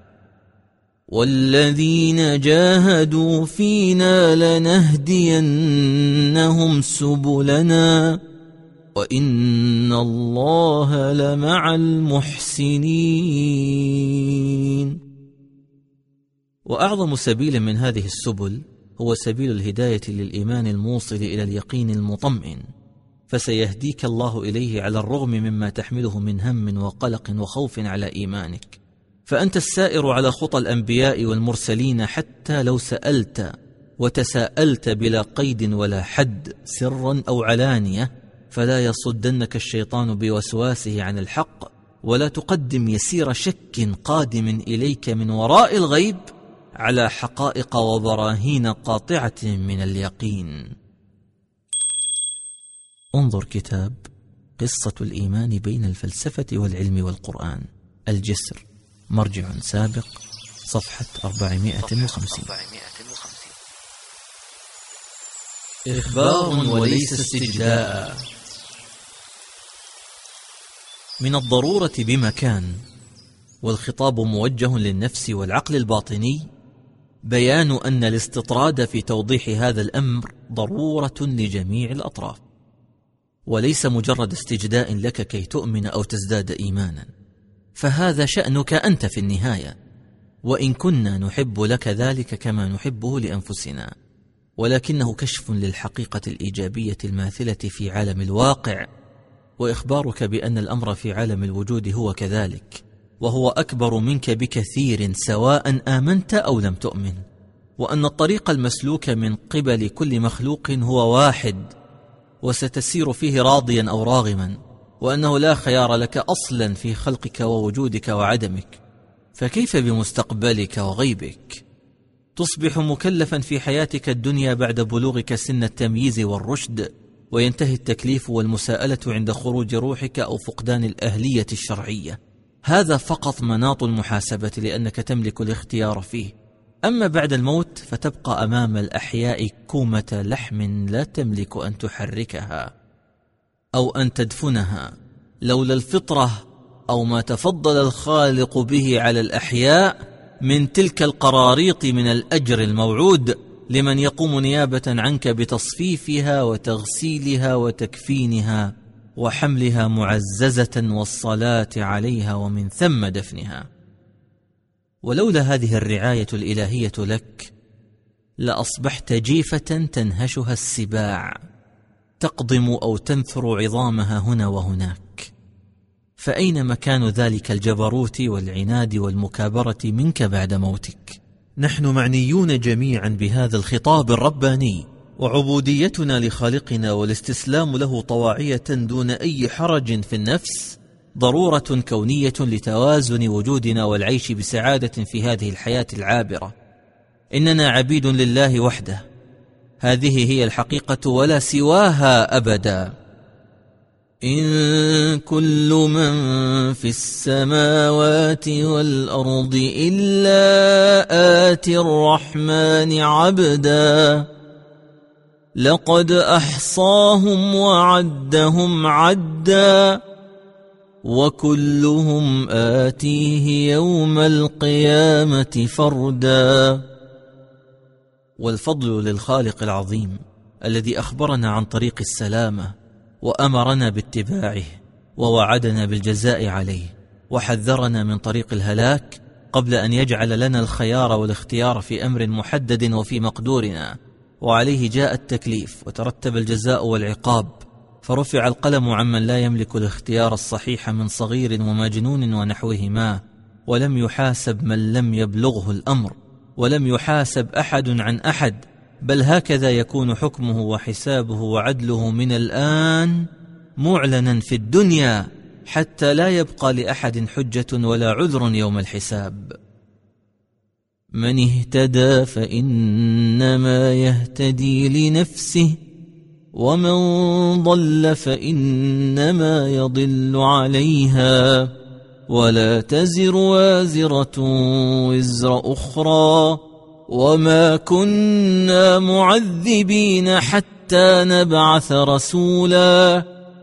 والذين جاهدوا فينا لنهدينهم سبلنا وإن الله لمع المحسنين. وأعظم سبيل من هذه السبل هو سبيل الهداية للإيمان الموصل إلى اليقين المطمئن، فسيهديك الله إليه على الرغم مما تحمله من هم وقلق وخوف على إيمانك. فأنت السائر على خطى الأنبياء والمرسلين، حتى لو سألت وتساءلت بلا قيد ولا حد سرا أو علانية، فلا يصدنك الشيطان بوسواسه عن الحق، ولا تقدم يسير شك قادم إليك من وراء الغيب على حقائق وبراهين قاطعة من اليقين. انظر كتاب قصة الإيمان بين الفلسفة والعلم والقرآن، الجسر، مرجع سابق، صفحة أربعمائة وخمسين. إخبار وليس استجداء. من الضرورة بمكان، والخطاب موجه للنفس والعقل الباطني، بيان أن الاستطراد في توضيح هذا الأمر ضرورة لجميع الأطراف، وليس مجرد استجداء لك كي تؤمن أو تزداد إيمانا، فهذا شأنك أنت في النهاية، وإن كنا نحب لك ذلك كما نحبه لأنفسنا، ولكنه كشف للحقيقة الإيجابية الماثلة في عالم الواقع، وإخبارك بأن الأمر في عالم الوجود هو كذلك، وهو أكبر منك بكثير سواء آمنت أو لم تؤمن، وأن الطريق المسلوك من قبل كل مخلوق هو واحد، وستسير فيه راضيا أو راغما، وأنه لا خيار لك أصلا في خلقك ووجودك وعدمك، فكيف بمستقبلك وغيبك؟ تصبح مكلفا في حياتك الدنيا بعد بلوغك سن التمييز والرشد، وينتهي التكليف والمساءلة عند خروج روحك أو فقدان الأهلية الشرعية. هذا فقط مناط المحاسبة، لأنك تملك الاختيار فيه. أما بعد الموت فتبقى أمام الأحياء كومة لحم لا تملك أن تحركها أو أن تدفنها، لولا الفطرة أو ما تفضل الخالق به على الأحياء من تلك القراريط من الأجر الموعود لمن يقوم نيابة عنك بتصفيفها وتغسيلها وتكفينها وحملها معززة والصلاة عليها ومن ثم دفنها. ولولا هذه الرعاية الإلهية لك لأصبحت جيفة تنهشها السباع، تقضم أو تنثر عظامها هنا وهناك. فأين مكان ذلك الجبروت والعناد والمكابرة منك بعد موتك؟ نحن معنيون جميعا بهذا الخطاب الرباني، وعبوديتنا لخالقنا والاستسلام له طواعية دون أي حرج في النفس ضرورة كونية لتوازن وجودنا والعيش بسعادة في هذه الحياة العابرة. إننا عبيد لله وحده، هذه هي الحقيقة ولا سواها أبدا. إن كل من في السماوات والأرض إلا آتي الرحمن عبدا لقد أحصاهم وعدهم عدا وكلهم آتيه يوم القيامة فردا. والفضل للخالق العظيم الذي أخبرنا عن طريق السلامة وأمرنا باتباعه ووعدنا بالجزاء عليه، وحذرنا من طريق الهلاك قبل أن يجعل لنا الخيار والاختيار في أمر محدد وفي مقدورنا، وعليه جاء التكليف وترتب الجزاء والعقاب، فرفع القلم عمن لا يملك الاختيار الصحيح من صغير ومجنون ونحوهما، ولم يحاسب من لم يبلغه الأمر، ولم يحاسب أحد عن أحد، بل هكذا يكون حكمه وحسابه وعدله من الآن معلنا في الدنيا، حتى لا يبقى لأحد حجة ولا عذر يوم الحساب. من اهتدى فإنما يهتدي لنفسه، ومن ضل فإنما يضل عليها، ولا تزر وازرة وزر أخرى، وما كنا معذبين حتى نبعث رسولا.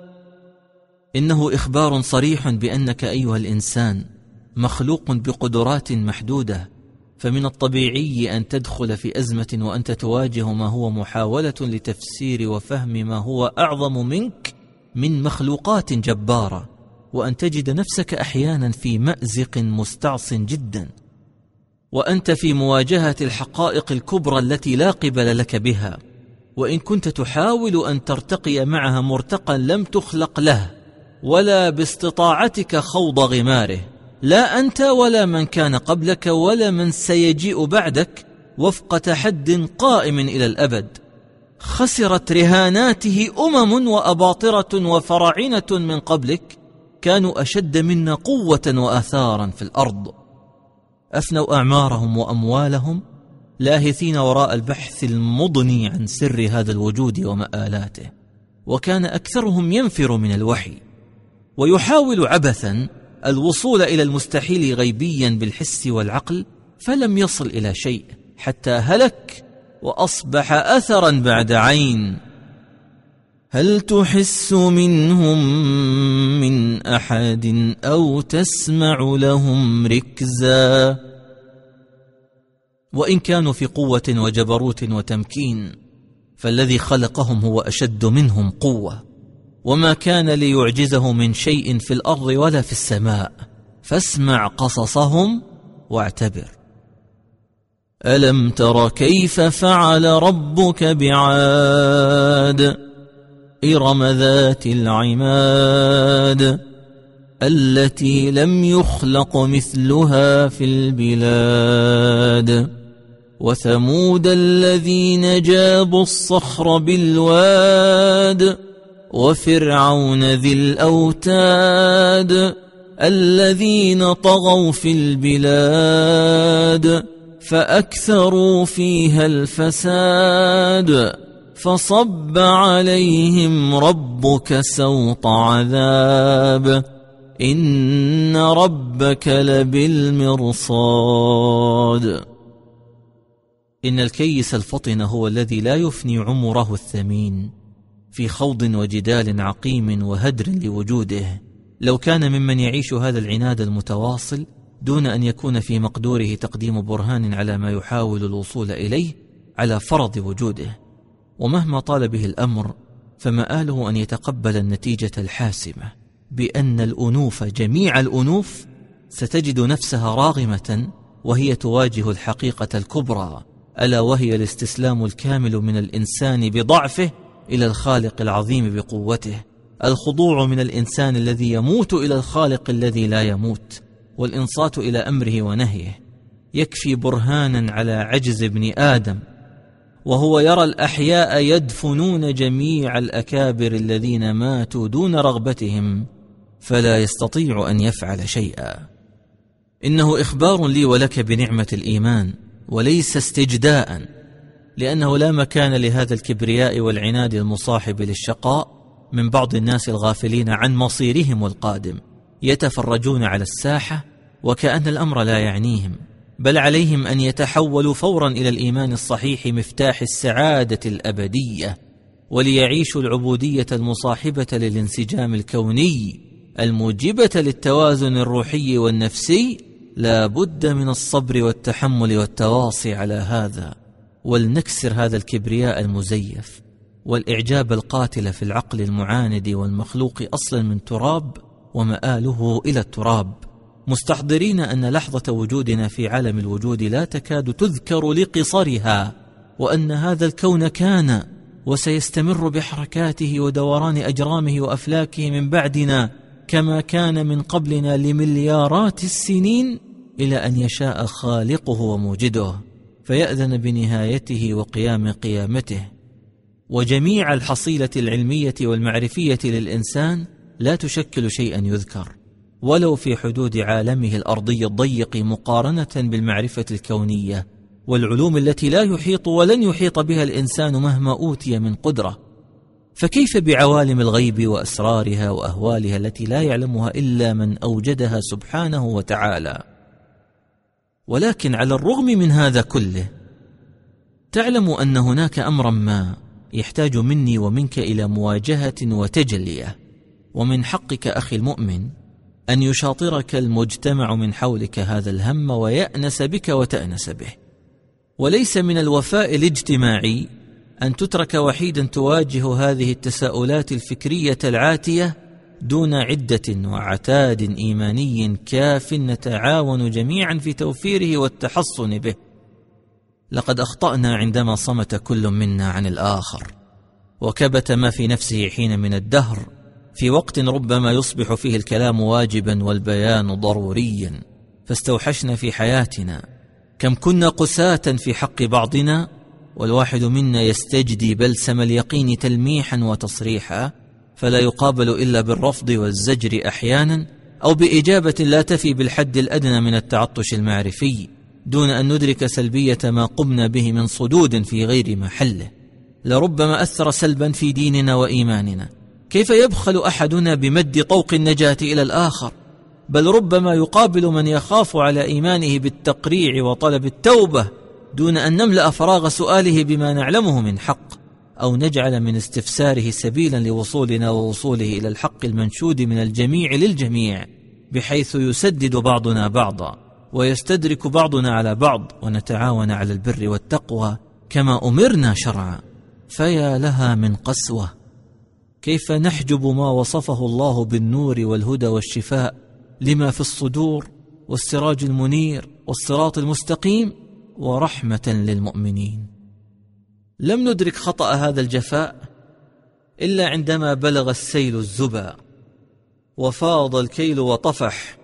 إنه إخبار صريح بأنك أيها الإنسان مخلوق بقدرات محدودة، فمن الطبيعي أن تدخل في أزمة وأنت تواجه ما هو محاولة لتفسير وفهم ما هو أعظم منك من مخلوقات جبارة، وأن تجد نفسك أحيانا في مأزق مستعص جدا، وأنت في مواجهة الحقائق الكبرى التي لا قبل لك بها، وإن كنت تحاول أن ترتقي معها مرتقا لم تخلق له، ولا باستطاعتك خوض غماره، لا أنت ولا من كان قبلك ولا من سيجيء بعدك، وفق تحد قائم إلى الأبد. خسرت رهاناته أمم وأباطرة وفراعنة من قبلك كانوا أشد منا قوة وآثارا في الأرض، أفنوا أعمارهم وأموالهم لاهثين وراء البحث المضني عن سر هذا الوجود ومآلاته، وكان أكثرهم ينفر من الوحي ويحاول عبثا الوصول إلى المستحيل غيبيا بالحس والعقل، فلم يصل إلى شيء حتى هلك وأصبح أثرا بعد عين. هل تحس منهم من أحد أو تسمع لهم ركزا؟ وإن كانوا في قوة وجبروت وتمكين، فالذي خلقهم هو أشد منهم قوة، وما كان ليعجزه من شيء في الأرض ولا في السماء، فاسمع قصصهم واعتبر. ألم تر كيف فعل ربك بعاد؟ إرم ذات العماد التي لم يخلق مثلها في البلاد. وثمود الذين جابوا الصخر بالواد. وفرعون ذي الأوتاد الذين طغوا في البلاد فأكثروا فيها الفساد فصب عليهم ربك سوط عذاب إن ربك لبالمرصاد. إن الكيس الفطن هو الذي لا يفني عمره الثمين في خوض وجدال عقيم وهدر لوجوده. لو كان ممن يعيش هذا العناد المتواصل دون أن يكون في مقدوره تقديم برهان على ما يحاول الوصول إليه على فرض وجوده، ومهما طال به الأمر فمآله أن يتقبل النتيجة الحاسمة بأن الأنوف جميع الأنوف ستجد نفسها راغمة وهي تواجه الحقيقة الكبرى، ألا وهي الاستسلام الكامل من الإنسان بضعفه إلى الخالق العظيم بقوته، الخضوع من الإنسان الذي يموت إلى الخالق الذي لا يموت، والإنصات إلى أمره ونهيه. يكفي برهانا على عجز ابن آدم وهو يرى الأحياء يدفنون جميع الأكابر الذين ماتوا دون رغبتهم فلا يستطيع أن يفعل شيئا. إنه إخبار لي ولك بنعمة الإيمان وليس استجداء، لأنه لا مكان لهذا الكبرياء والعناد المصاحب للشقاء من بعض الناس الغافلين عن مصيرهم القادم، يتفرجون على الساحة وكأن الأمر لا يعنيهم، بل عليهم أن يتحولوا فورا إلى الإيمان الصحيح مفتاح السعادة الأبدية، وليعيشوا العبودية المصاحبة للانسجام الكوني الموجبة للتوازن الروحي والنفسي. لا بد من الصبر والتحمل والتواصي على هذا، ولنكسر هذا الكبرياء المزيف والإعجاب القاتل في العقل المعاند والمخلوق أصلا من تراب ومآله إلى التراب، مستحضرين أن لحظة وجودنا في عالم الوجود لا تكاد تذكر لقصرها، وأن هذا الكون كان وسيستمر بحركاته ودوران أجرامه وأفلاكه من بعدنا كما كان من قبلنا لمليارات السنين، إلى أن يشاء خالقه وموجده فيأذن بنهايته وقيام قيامته. وجميع الحصيلة العلمية والمعرفية للإنسان لا تشكل شيئا يذكر ولو في حدود عالمه الأرضي الضيق مقارنة بالمعرفة الكونية والعلوم التي لا يحيط ولن يحيط بها الإنسان مهما أوتي من قدرة. فكيف بعوالم الغيب وأسرارها وأهوالها التي لا يعلمها إلا من أوجدها سبحانه وتعالى؟ ولكن على الرغم من هذا كله تعلم أن هناك أمرا ما يحتاج مني ومنك إلى مواجهة وتجلية، ومن حقك أخي المؤمن أن يشاطرك المجتمع من حولك هذا الهم ويأنس بك وتأنس به. وليس من الوفاء الاجتماعي أن تترك وحيدا تواجه هذه التساؤلات الفكرية العاتية دون عدة وعتاد إيماني كاف نتعاون جميعا في توفيره والتحصن به. لقد أخطأنا عندما صمت كل منا عن الآخر وكبت ما في نفسه حين من الدهر، في وقت ربما يصبح فيه الكلام واجبا والبيان ضروريا، فاستوحشنا في حياتنا. كم كنا قساة في حق بعضنا، والواحد منا يستجدي بلسم اليقين تلميحا وتصريحا، فلا يقابل إلا بالرفض والزجر أحيانا، أو بإجابة لا تفي بالحد الأدنى من التعطش المعرفي، دون أن ندرك سلبية ما قمنا به من صدود في غير محله، لربما أثر سلبا في ديننا وإيماننا. كيف يبخل أحدنا بمد طوق النجاة إلى الآخر، بل ربما يقابل من يخاف على إيمانه بالتقريع وطلب التوبة، دون أن نملأ فراغ سؤاله بما نعلمه من حق، أو نجعل من استفساره سبيلا لوصولنا ووصوله إلى الحق المنشود من الجميع للجميع، بحيث يسدد بعضنا بعضا ويستدرك بعضنا على بعض، ونتعاون على البر والتقوى كما أمرنا شرعا. فيا لها من قسوة، كيف نحجب ما وصفه الله بالنور والهدى والشفاء لما في الصدور والسراج المنير والصراط المستقيم ورحمة للمؤمنين؟ لم ندرك خطأ هذا الجفاء إلا عندما بلغ السيل الزبا وفاض الكيل وطفح،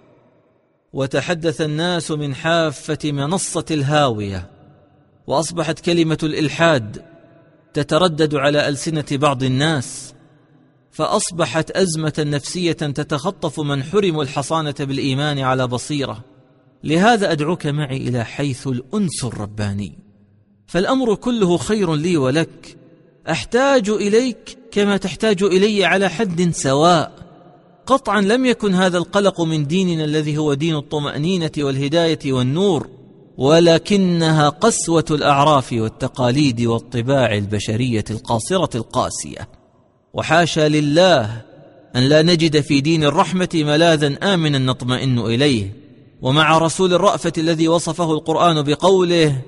وتحدث الناس من حافة منصة الهاوية، وأصبحت كلمة الإلحاد تتردد على ألسنة بعض الناس، فأصبحت أزمة نفسية تتخطف من حرموا الحصانة بالإيمان على بصيرة. لهذا أدعوك معي إلى حيث الأنس الرباني، فالأمر كله خير لي ولك، أحتاج إليك كما تحتاج إلي على حد سواء. قطعا لم يكن هذا القلق من ديننا الذي هو دين الطمأنينة والهداية والنور، ولكنها قسوة الأعراف والتقاليد والطباع البشرية القاصرة القاسية. وحاشا لله أن لا نجد في دين الرحمة ملاذا آمنا نطمئن إليه، ومع رسول الرأفة الذي وصفه القرآن بقوله: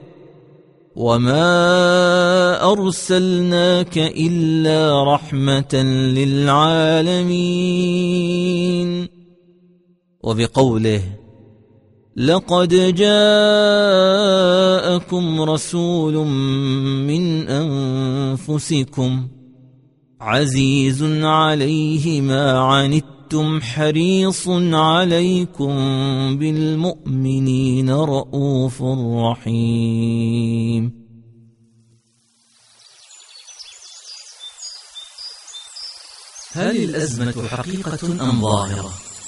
وما أرسلناك إلا رحمة للعالمين، وبقوله: لقد جاءكم رسول من أنفسكم عزيز عليه ما عنتم حريص عليكم بالمؤمنين رؤوف رحيم. هل الأزمة حقيقة أم ظاهرة؟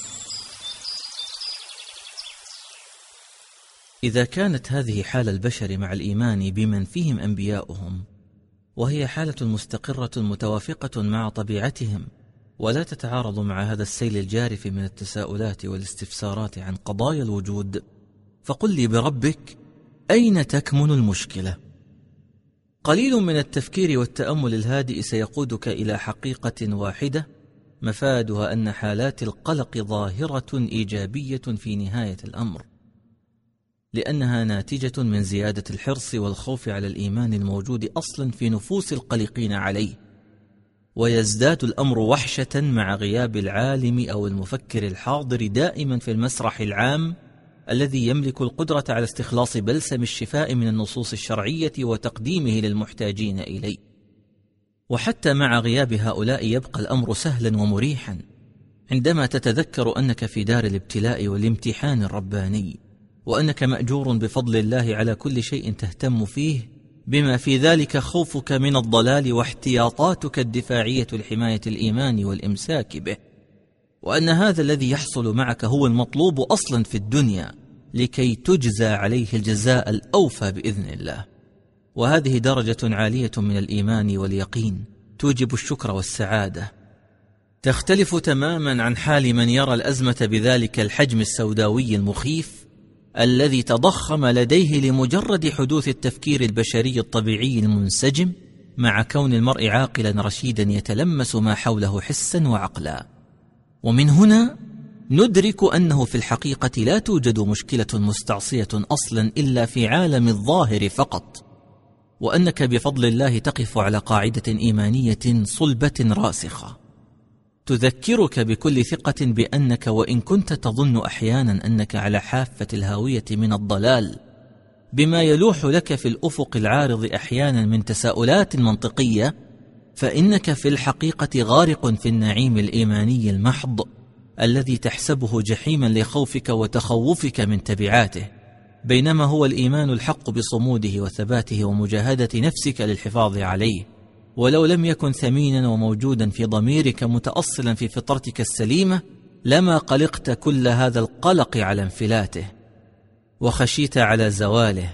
إذا كانت هذه حال البشر مع الإيمان بمن فيهم أنبياؤهم، وهي حالة مستقرة متوافقة مع طبيعتهم، ولا تتعارض مع هذا السيل الجارف من التساؤلات والاستفسارات عن قضايا الوجود، فقل لي بربك أين تكمن المشكلة؟ قليل من التفكير والتأمل الهادئ سيقودك إلى حقيقة واحدة مفادها أن حالات القلق ظاهرة إيجابية في نهاية الأمر، لأنها ناتجة من زيادة الحرص والخوف على الإيمان الموجود أصلا في نفوس القلقين عليه، ويزداد الأمر وحشة مع غياب العالم أو المفكر الحاضر دائما في المسرح العام الذي يملك القدرة على استخلاص بلسم الشفاء من النصوص الشرعية وتقديمه للمحتاجين إليه. وحتى مع غياب هؤلاء يبقى الأمر سهلا ومريحا عندما تتذكر أنك في دار الابتلاء والامتحان الرباني، وأنك مأجور بفضل الله على كل شيء تهتم فيه، بما في ذلك خوفك من الضلال واحتياطاتك الدفاعية لحماية الإيمان والإمساك به، وأن هذا الذي يحصل معك هو المطلوب أصلا في الدنيا لكي تجزى عليه الجزاء الأوفى بإذن الله. وهذه درجة عالية من الإيمان واليقين توجب الشكر والسعادة، تختلف تماما عن حال من يرى الأزمة بذلك الحجم السوداوي المخيف الذي تضخم لديه لمجرد حدوث التفكير البشري الطبيعي المنسجم، مع كون المرء عاقلا رشيدا يتلمس ما حوله حسا وعقلا. ومن هنا ندرك أنه في الحقيقة لا توجد مشكلة مستعصية أصلا إلا في عالم الظاهر فقط، وأنك بفضل الله تقف على قاعدة إيمانية صلبة راسخة تذكرك بكل ثقة بأنك وإن كنت تظن أحيانا أنك على حافة الهاوية من الضلال بما يلوح لك في الأفق العارض أحيانا من تساؤلات منطقية، فإنك في الحقيقة غارق في النعيم الإيماني المحض الذي تحسبه جحيما لخوفك وتخوفك من تبعاته، بينما هو الإيمان الحق بصموده وثباته ومجاهدة نفسك للحفاظ عليه، ولو لم يكن ثمينا وموجودا في ضميرك متأصلا في فطرتك السليمة لما قلقت كل هذا القلق على انفلاته وخشيت على زواله.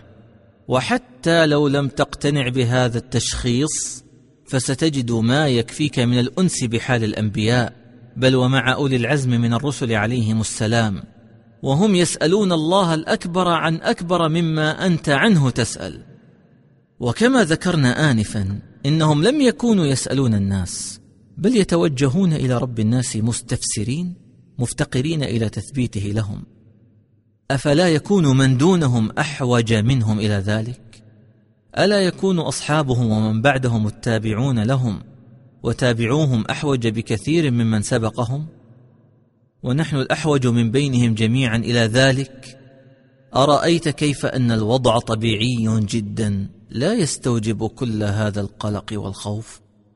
وحتى لو لم تقتنع بهذا التشخيص فستجد ما يكفيك من الأنس بحال الأنبياء، بل ومع أولي العزم من الرسل عليهم السلام، وهم يسألون الله الأكبر عن أكبر مما أنت عنه تسأل. وكما ذكرنا آنفا إنهم لم يكونوا يسألون الناس، بل يتوجهون إلى رب الناس مستفسرين مفتقرين إلى تثبيته لهم. أفلا يكون من دونهم أحوج منهم إلى ذلك؟ ألا يكون أصحابهم ومن بعدهم التابعون لهم وتابعوهم أحوج بكثير ممن سبقهم؟ ونحن الأحوج من بينهم جميعا إلى ذلك. أرأيت كيف أن الوضع طبيعي جدا لا يستوجب كل هذا القلق والخوف؟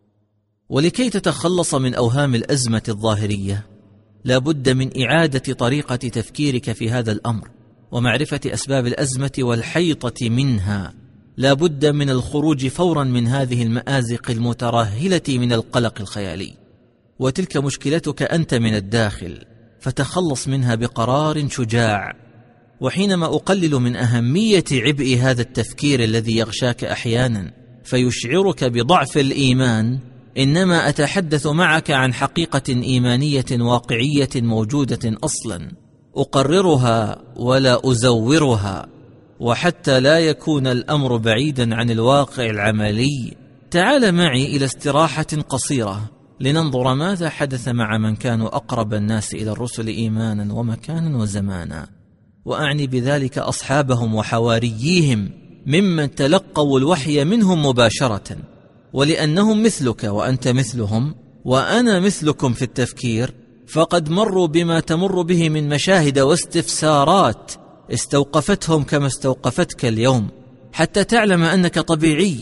ولكي تتخلص من أوهام الأزمة الظاهرية لا بد من إعادة طريقة تفكيرك في هذا الأمر ومعرفة أسباب الأزمة والحيطة منها. لا بد من الخروج فورا من هذه المآزق المترهلة من القلق الخيالي، وتلك مشكلتك أنت من الداخل، فتخلص منها بقرار شجاع. وحينما أقلل من أهمية عبء هذا التفكير الذي يغشاك أحيانا فيشعرك بضعف الإيمان، إنما أتحدث معك عن حقيقة إيمانية واقعية موجودة أصلا أقررها ولا أزورها. وحتى لا يكون الأمر بعيدا عن الواقع العملي، تعال معي إلى استراحة قصيرة لننظر ماذا حدث مع من كانوا أقرب الناس إلى الرسل إيمانا ومكانا وزمانا، وأعني بذلك أصحابهم وحوارييهم ممن تلقوا الوحي منهم مباشرة. ولأنهم مثلك وأنت مثلهم وأنا مثلكم في التفكير، فقد مروا بما تمر به من مشاهد واستفسارات استوقفتهم كما استوقفتك اليوم، حتى تعلم أنك طبيعي.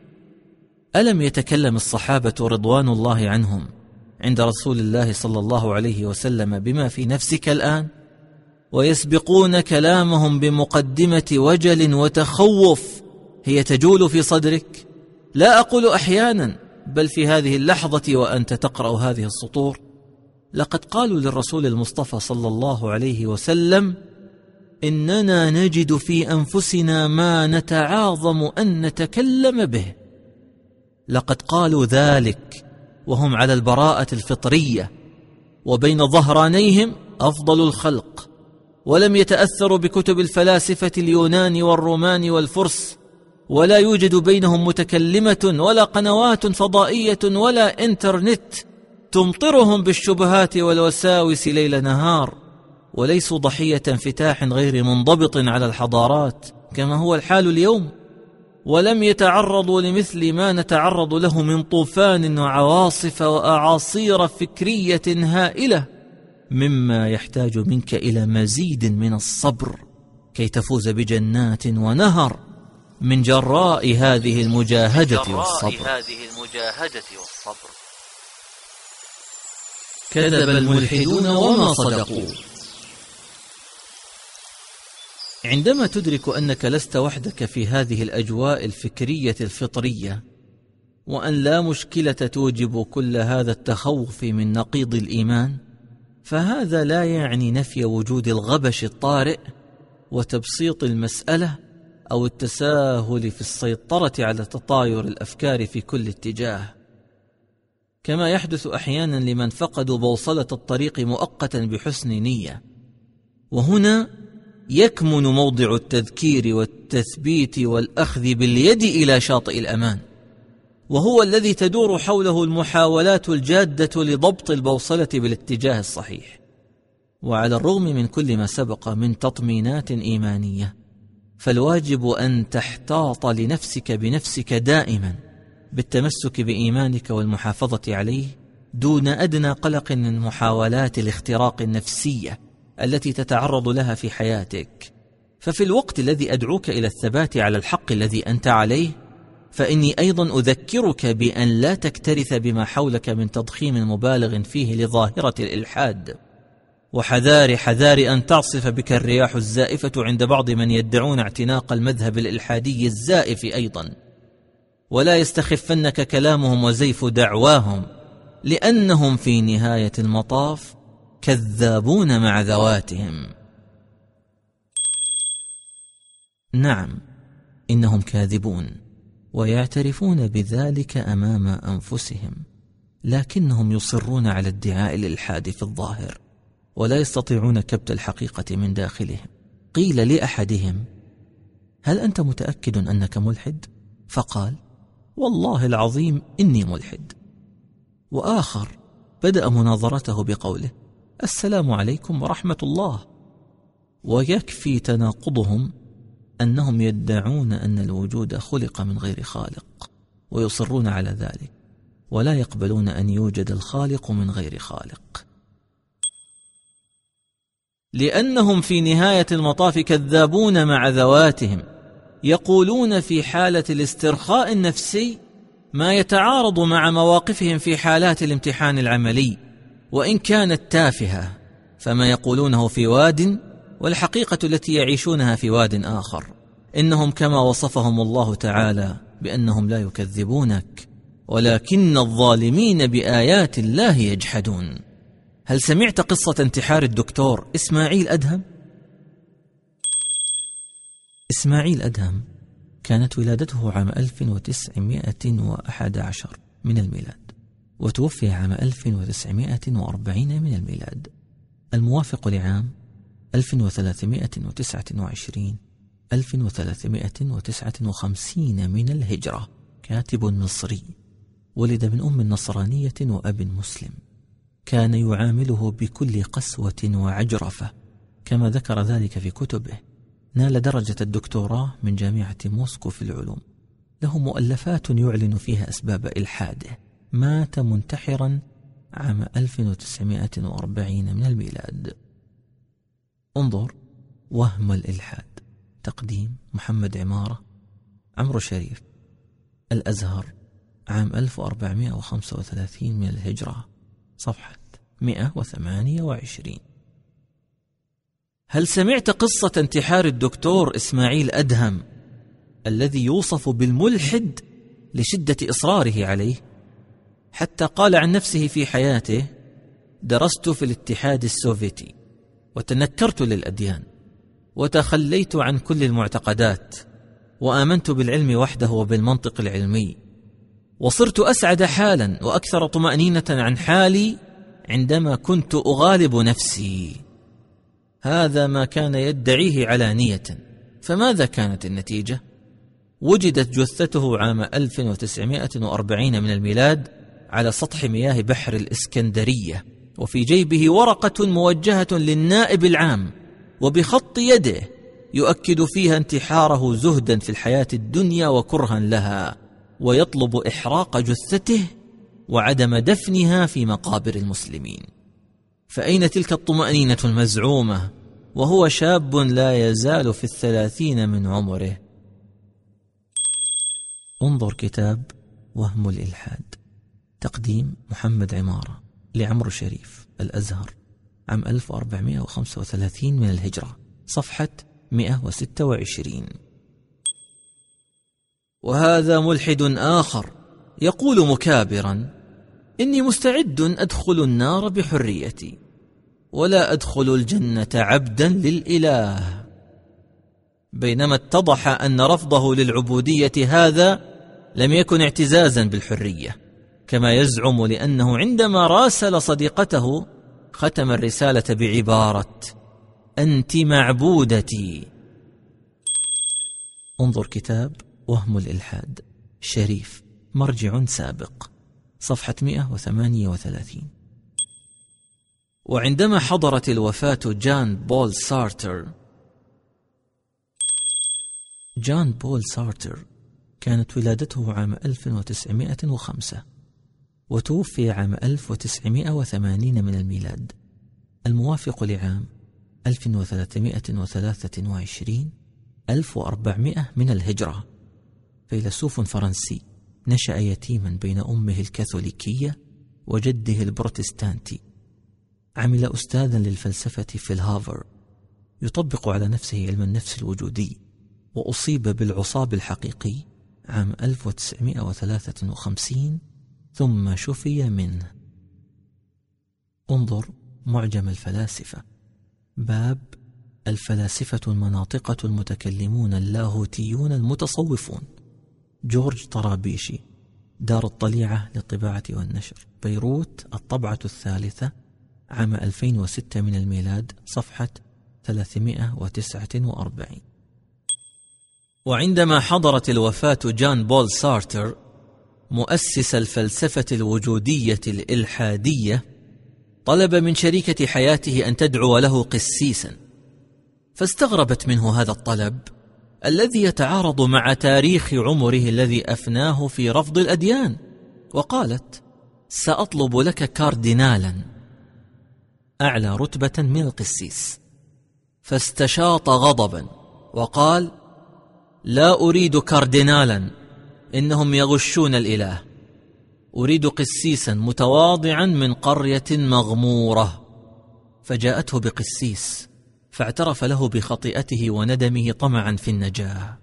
ألم يتكلم الصحابة رضوان الله عنهم عند رسول الله صلى الله عليه وسلم بما في نفسك الآن، ويسبقون كلامهم بمقدمة وجل وتخوف هي تجول في صدرك؟ لا أقول أحيانا، بل في هذه اللحظة وأنت تقرأ هذه السطور. لقد قالوا للرسول المصطفى صلى الله عليه وسلم: إننا نجد في أنفسنا ما نتعاظم أن نتكلم به. لقد قالوا ذلك وهم على البراءة الفطرية، وبين ظهرانيهم أفضل الخلق، ولم يتأثروا بكتب الفلاسفة اليونان والرومان والفرس، ولا يوجد بينهم متكلمة ولا قنوات فضائية ولا إنترنت تمطرهم بالشبهات والوساوس ليل نهار، وليسوا ضحية انفتاح غير منضبط على الحضارات كما هو الحال اليوم، ولم يتعرضوا لمثل ما نتعرض له من طوفان وعواصف وأعاصير فكرية هائلة، مما يحتاج منك إلى مزيد من الصبر كي تفوز بجنات ونهر من جراء هذه المجاهدة والصبر. كذب الملحدون وما صدقوا. عندما تدرك أنك لست وحدك في هذه الأجواء الفكرية الفطرية، وأن لا مشكلة توجب كل هذا التخوف من نقيض الإيمان، فهذا لا يعني نفي وجود الغبش الطارئ وتبسيط المسألة أو التساهل في السيطرة على تطاير الأفكار في كل اتجاه، كما يحدث أحيانا لمن فقدوا بوصلة الطريق مؤقتا بحسن نية. وهنا يكمن موضع التذكير والتثبيت والأخذ باليد إلى شاطئ الأمان، وهو الذي تدور حوله المحاولات الجادة لضبط البوصلة بالاتجاه الصحيح. وعلى الرغم من كل ما سبق من تطمينات إيمانية، فالواجب أن تحتاط لنفسك بنفسك دائما بالتمسك بإيمانك والمحافظة عليه دون أدنى قلق من محاولات الاختراق النفسية التي تتعرض لها في حياتك. ففي الوقت الذي أدعوك إلى الثبات على الحق الذي أنت عليه، فإني أيضا أذكرك بأن لا تكترث بما حولك من تضخيم مبالغ فيه لظاهرة الإلحاد، وحذار حذار أن تعصف بك الرياح الزائفة عند بعض من يدعون اعتناق المذهب الإلحادي الزائف أيضا، ولا يستخفنك كلامهم وزيف دعواهم، لأنهم في نهاية المطاف كذابون مع ذواتهم. نعم، إنهم كاذبون ويعترفون بذلك أمام أنفسهم، لكنهم يصرون على ادعاء الإلحاد في الظاهر، ولا يستطيعون كبت الحقيقة من داخلهم. قيل لأحدهم: هل أنت متأكد أنك ملحد؟ فقال: والله العظيم إني ملحد. وآخر بدأ مناظرته بقوله: السلام عليكم ورحمة الله. ويكفي تناقضهم أنهم يدعون أن الوجود خلق من غير خالق، ويصرون على ذلك، ولا يقبلون أن يوجد الخالق من غير خالق، لأنهم في نهاية المطاف كذابون مع ذواتهم، يقولون في حالة الاسترخاء النفسي ما يتعارض مع مواقفهم في حالات الامتحان العملي، وإن كانت تافهة، فما يقولونه في واد والحقيقة التي يعيشونها في واد آخر. إنهم كما وصفهم الله تعالى بأنهم لا يكذبونك، ولكن الظالمين بآيات الله يجحدون. هل سمعت قصة انتحار الدكتور إسماعيل أدهم؟ إسماعيل أدهم كانت ولادته عام ألف وتسعمائة وأحد عشر من الميلاد، وتوفي عام ألف وتسعمائة وأربعين من الميلاد، الموافق لعام ألف وثلاثمائة وتسعة وعشرين ألف وثلاثمائة وتسعة وخمسين من الهجرة. كاتب مصري، ولد من أم نصرانية وأب مسلم، كان يعامله بكل قسوة وعجرفة كما ذكر ذلك في كتبه. نال درجة الدكتوراه من جامعة موسكو في العلوم، له مؤلفات يعلن فيها أسباب إلحاده. مات منتحرا عام ألف وتسعمائة وأربعين من الميلاد. انظر: وهم الإلحاد، تقديم محمد عمارة، عمرو شريف، الأزهر، عام ألف وأربعمائة وخمسة وثلاثين من الهجرة، صفحة مئة وثمانية وعشرين. هل سمعت قصة انتحار الدكتور إسماعيل أدهم الذي يوصف بالملحد لشدة إصراره عليه؟ حتى قال عن نفسه في حياته: درست في الاتحاد السوفيتي، وتنكرت للأديان، وتخليت عن كل المعتقدات، وآمنت بالعلم وحده وبالمنطق العلمي، وصرت أسعد حالا وأكثر طمأنينة عن حالي عندما كنت أغالب نفسي. هذا ما كان يدعيه علانية، فماذا كانت النتيجة؟ وجدت جثته عام ألف وتسعمائة وأربعين من الميلاد على سطح مياه بحر الإسكندرية وفي جيبه ورقة موجهة للنائب العام وبخط يده يؤكد فيها انتحاره زهدا في الحياة الدنيا وكرها لها، ويطلب إحراق جثته وعدم دفنها في مقابر المسلمين. فأين تلك الطمأنينة المزعومة وهو شاب لا يزال في الثلاثين من عمره؟ انظر كتاب وهم الإلحاد، تقديم محمد عمارة لعمرو شريف، الأزهر، عام ألف وأربعمائة وخمسة وثلاثين من الهجرة، صفحة مئة وستة وعشرين. وهذا ملحد آخر يقول مكابرا: إني مستعد أدخل النار بحريتي ولا أدخل الجنة عبدا للإله، بينما اتضح أن رفضه للعبودية هذا لم يكن اعتزازا بالحرية كما يزعم، لأنه عندما راسل صديقته ختم الرسالة بعبارة: أنت معبودتي. انظر كتاب وهم الإلحاد، شريف، مرجع سابق، صفحة مئة وثمانية وثلاثين. وعندما حضرت الوفاة جان بول سارتر، جان بول سارتر كانت ولادته عام ألف وتسعمائة وخمسة وتوفي عام ألف وتسعمائة وثمانين من الميلاد، الموافق لعام ألف وثلاثمائة وثلاثة وعشرين ألف وأربعمائة من الهجرة. فيلسوف فرنسي نشأ يتيما بين أمه الكاثوليكية وجده البروتستانتي. عمل أستاذا للفلسفة في الهافر، يطبق على نفسه علم النفس الوجودي، وأصيب بالعصاب الحقيقي عام ألف وتسعمائة وثلاثة وخمسين ثم شفي منه. انظر معجم الفلاسفة، باب الفلاسفة المناطقة المتكلمون اللاهوتيون المتصوفون، جورج طرابيشي، دار الطليعة للطباعة والنشر، بيروت، الطبعة الثالثة، عام ألفين وستة من الميلاد، صفحة ثلاثمائة وتسعة وأربعين. وعندما حضرت الوفاة جان بول سارتر مؤسس الفلسفة الوجودية الإلحادية، طلب من شريكة حياته أن تدعو له قسيسا، فاستغربت منه هذا الطلب الذي يتعارض مع تاريخ عمره الذي أفناه في رفض الأديان، وقالت: سأطلب لك كاردينالا، أعلى رتبة من القسيس. فاستشاط غضبا وقال: لا أريد كاردينالا، إنهم يغشون الإله، أريد قسيسا متواضعا من قرية مغمورة. فجاءته بقسيس فاعترف له بخطيئته وندمه طمعا في النجاة.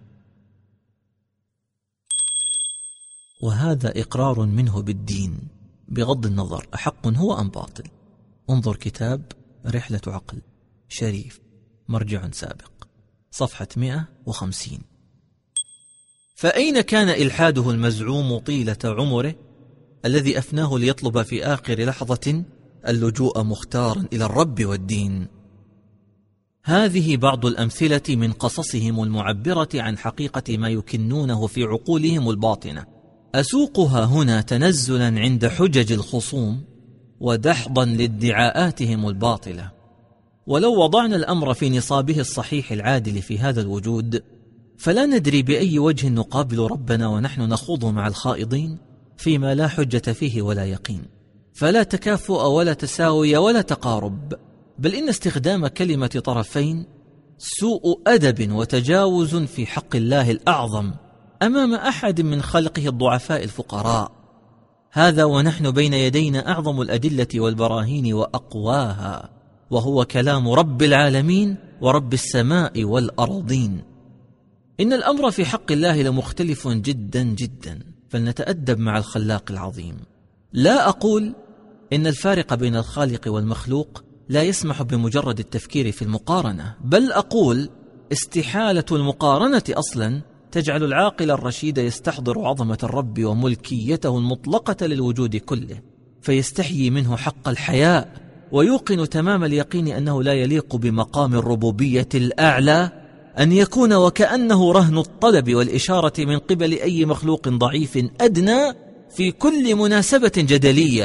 وهذا إقرار منه بالدين بغض النظر أحق هو أم باطل. انظر كتاب رحلة عقل، شريف، مرجع سابق، صفحة مئة وخمسين. فأين كان إلحاده المزعوم طيلة عمره الذي أفناه ليطلب في آخر لحظة اللجوء مختارا إلى الرب والدين؟ هذه بعض الأمثلة من قصصهم المعبرة عن حقيقة ما يكنونه في عقولهم الباطنة، أسوقها هنا تنزلا عند حجج الخصوم ودحضا لادعاءاتهم الباطلة. ولو وضعنا الأمر في نصابه الصحيح العادل في هذا الوجود، فلا ندري بأي وجه نقابل ربنا ونحن نخوض مع الخائضين فيما لا حجة فيه ولا يقين، فلا تكافؤ ولا تساوي ولا تقارب، بل إن استخدام كلمة طرفين سوء أدب وتجاوز في حق الله الأعظم أمام أحد من خلقه الضعفاء الفقراء. هذا ونحن بين يدينا أعظم الأدلة والبراهين وأقواها، وهو كلام رب العالمين ورب السماء والأرضين. إن الأمر في حق الله لمختلف جدا جدا، فلنتأدب مع الخلاق العظيم. لا أقول إن الفارق بين الخالق والمخلوق لا يسمح بمجرد التفكير في المقارنة، بل أقول استحالة المقارنة أصلا تجعل العاقل الرشيد يستحضر عظمة الرب وملكيته المطلقة للوجود كله، فيستحيي منه حق الحياء، ويوقن تمام اليقين أنه لا يليق بمقام الربوبية الأعلى أن يكون وكأنه رهن الطلب والإشارة من قبل أي مخلوق ضعيف أدنى في كل مناسبة جدلية،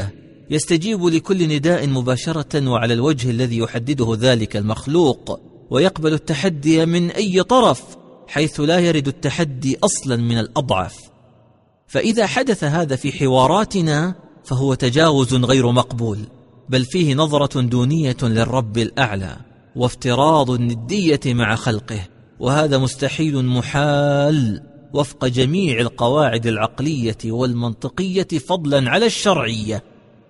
يستجيب لكل نداء مباشرة وعلى الوجه الذي يحدده ذلك المخلوق، ويقبل التحدي من أي طرف حيث لا يرد التحدي أصلا من الأضعف. فإذا حدث هذا في حواراتنا فهو تجاوز غير مقبول، بل فيه نظرة دونية للرب الأعلى وافتراض الندية مع خلقه، وهذا مستحيل محال وفق جميع القواعد العقلية والمنطقية فضلا على الشرعية.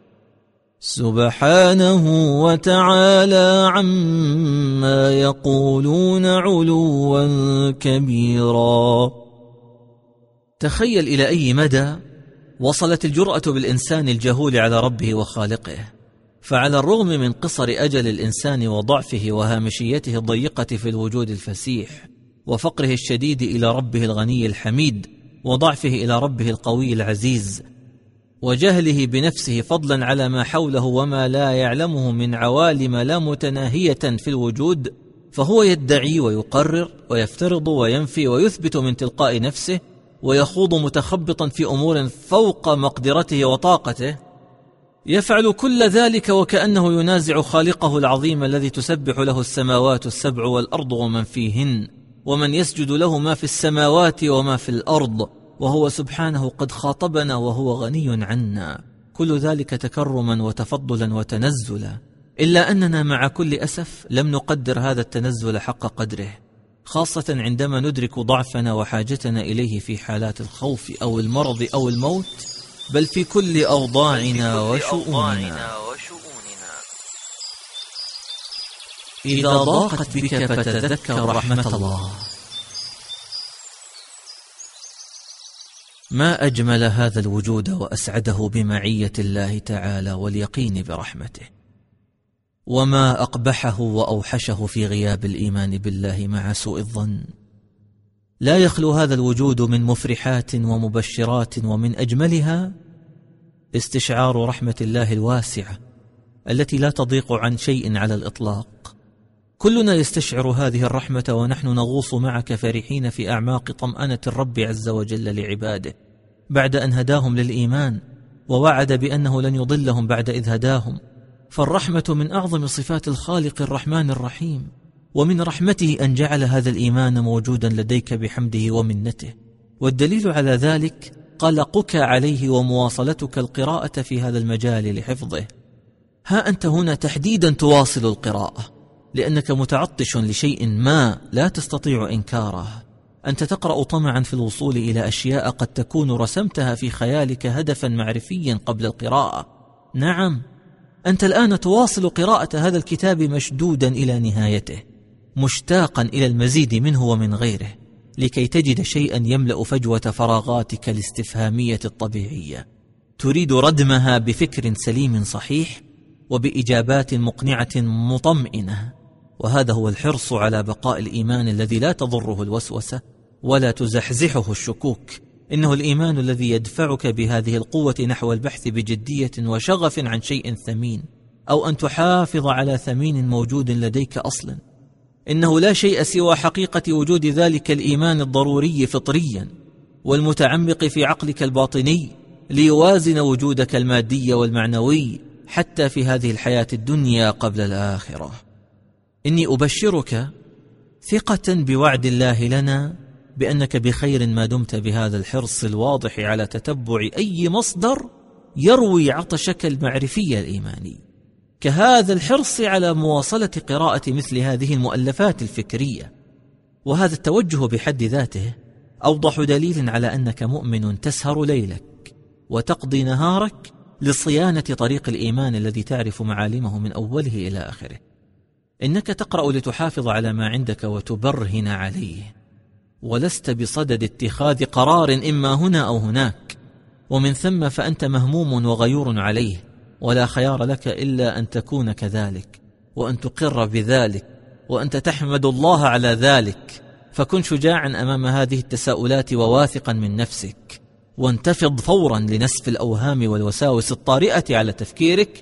سبحانه وتعالى عما يقولون علوا كبيرا. تخيل إلى أي مدى وصلت الجرأة بالإنسان الجهول على ربه وخالقه. فعلى الرغم من قصر أجل الإنسان وضعفه وهامشيته الضيقة في الوجود الفسيح وفقره الشديد إلى ربه الغني الحميد وضعفه إلى ربه القوي العزيز وجهله بنفسه فضلا على ما حوله وما لا يعلمه من عوالم لا متناهية في الوجود، فهو يدعي ويقرر ويفترض وينفي ويثبت من تلقاء نفسه ويخوض متخبطا في أمور فوق مقدرته وطاقته. يفعل كل ذلك وكأنه ينازع خالقه العظيم الذي تسبح له السماوات السبع والأرض ومن فيهن، ومن يسجد له ما في السماوات وما في الأرض، وهو سبحانه قد خاطبنا وهو غني عنا، كل ذلك تكرما وتفضلا وتنزلا. إلا أننا مع كل أسف لم نقدر هذا التنزل حق قدره، خاصة عندما ندرك ضعفنا وحاجتنا إليه في حالات الخوف أو المرض أو الموت، بل في كل أوضاعنا وشؤوننا. إذا ضاقت بك فتذكر رحمة الله. ما أجمل هذا الوجود وأسعده بمعية الله تعالى واليقين برحمته، وما أقبحه وأوحشه في غياب الإيمان بالله مع سوء الظن. لا يخلو هذا الوجود من مفرحات ومبشرات، ومن أجملها استشعار رحمة الله الواسعة التي لا تضيق عن شيء على الإطلاق. كلنا يستشعر هذه الرحمة ونحن نغوص معك فرحين في أعماق طمأنة الرب عز وجل لعباده بعد أن هداهم للإيمان ووعد بأنه لن يضلهم بعد إذ هداهم. فالرحمة من أعظم صفات الخالق الرحمن الرحيم، ومن رحمته أن جعل هذا الإيمان موجودا لديك بحمده ومنته. والدليل على ذلك قلقك عليه ومواصلتك القراءة في هذا المجال لحفظه. ها أنت هنا تحديدا تواصل القراءة لأنك متعطش لشيء ما لا تستطيع إنكاره. أنت تقرأ طمعا في الوصول إلى أشياء قد تكون رسمتها في خيالك هدفا معرفيا قبل القراءة. نعم، أنت الآن تواصل قراءة هذا الكتاب مشدودا إلى نهايته، مشتاقا إلى المزيد منه ومن غيره، لكي تجد شيئا يملأ فجوة فراغاتك الاستفهامية الطبيعية، تريد ردمها بفكر سليم صحيح وبإجابات مقنعة مطمئنة. وهذا هو الحرص على بقاء الإيمان الذي لا تضره الوسوسة ولا تزحزحه الشكوك. إنه الإيمان الذي يدفعك بهذه القوة نحو البحث بجدية وشغف عن شيء ثمين، أو أن تحافظ على ثمين موجود لديك أصلا. إنه لا شيء سوى حقيقة وجود ذلك الإيمان الضروري فطريا والمتعمق في عقلك الباطني ليوازن وجودك المادي والمعنوي حتى في هذه الحياة الدنيا قبل الآخرة. إني أبشرك ثقة بوعد الله لنا بأنك بخير ما دمت بهذا الحرص الواضح على تتبع أي مصدر يروي عطشك المعرفي الإيماني، كهذا الحرص على مواصلة قراءة مثل هذه المؤلفات الفكرية. وهذا التوجه بحد ذاته أوضح دليل على أنك مؤمن تسهر ليلك وتقضي نهارك لصيانة طريق الإيمان الذي تعرف معالمه من أوله إلى آخره. إنك تقرأ لتحافظ على ما عندك وتبرهن عليه، ولست بصدد اتخاذ قرار إما هنا أو هناك، ومن ثم فأنت مهموم وغيور عليه، ولا خيار لك إلا أن تكون كذلك وأن تقر بذلك وأنت تحمد الله على ذلك. فكن شجاعا أمام هذه التساؤلات وواثقا من نفسك، وانتفض فورا لنسف الأوهام والوساوس الطارئة على تفكيرك،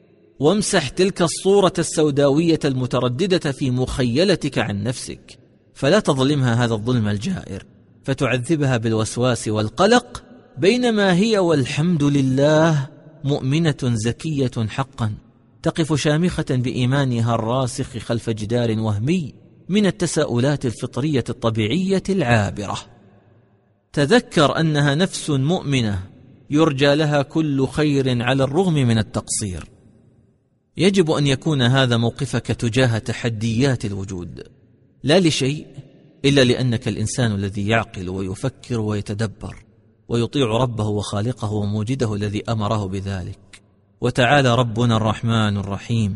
وامسح تلك الصورة السوداوية المترددة في مخيلتك عن نفسك، فلا تظلمها هذا الظلم الجائر فتعذبها بالوسواس والقلق، بينما هي والحمد لله مؤمنة زكية حقا، تقف شامخة بإيمانها الراسخ خلف جدار وهمي من التساؤلات الفطرية الطبيعية العابرة. تذكر أنها نفس مؤمنة يرجى لها كل خير على الرغم من التقصير. يجب أن يكون هذا موقفك تجاه تحديات الوجود، لا لشيء إلا لأنك الإنسان الذي يعقل ويفكر ويتدبر ويطيع ربه وخالقه وموجده الذي أمره بذلك. وتعالى ربنا الرحمن الرحيم: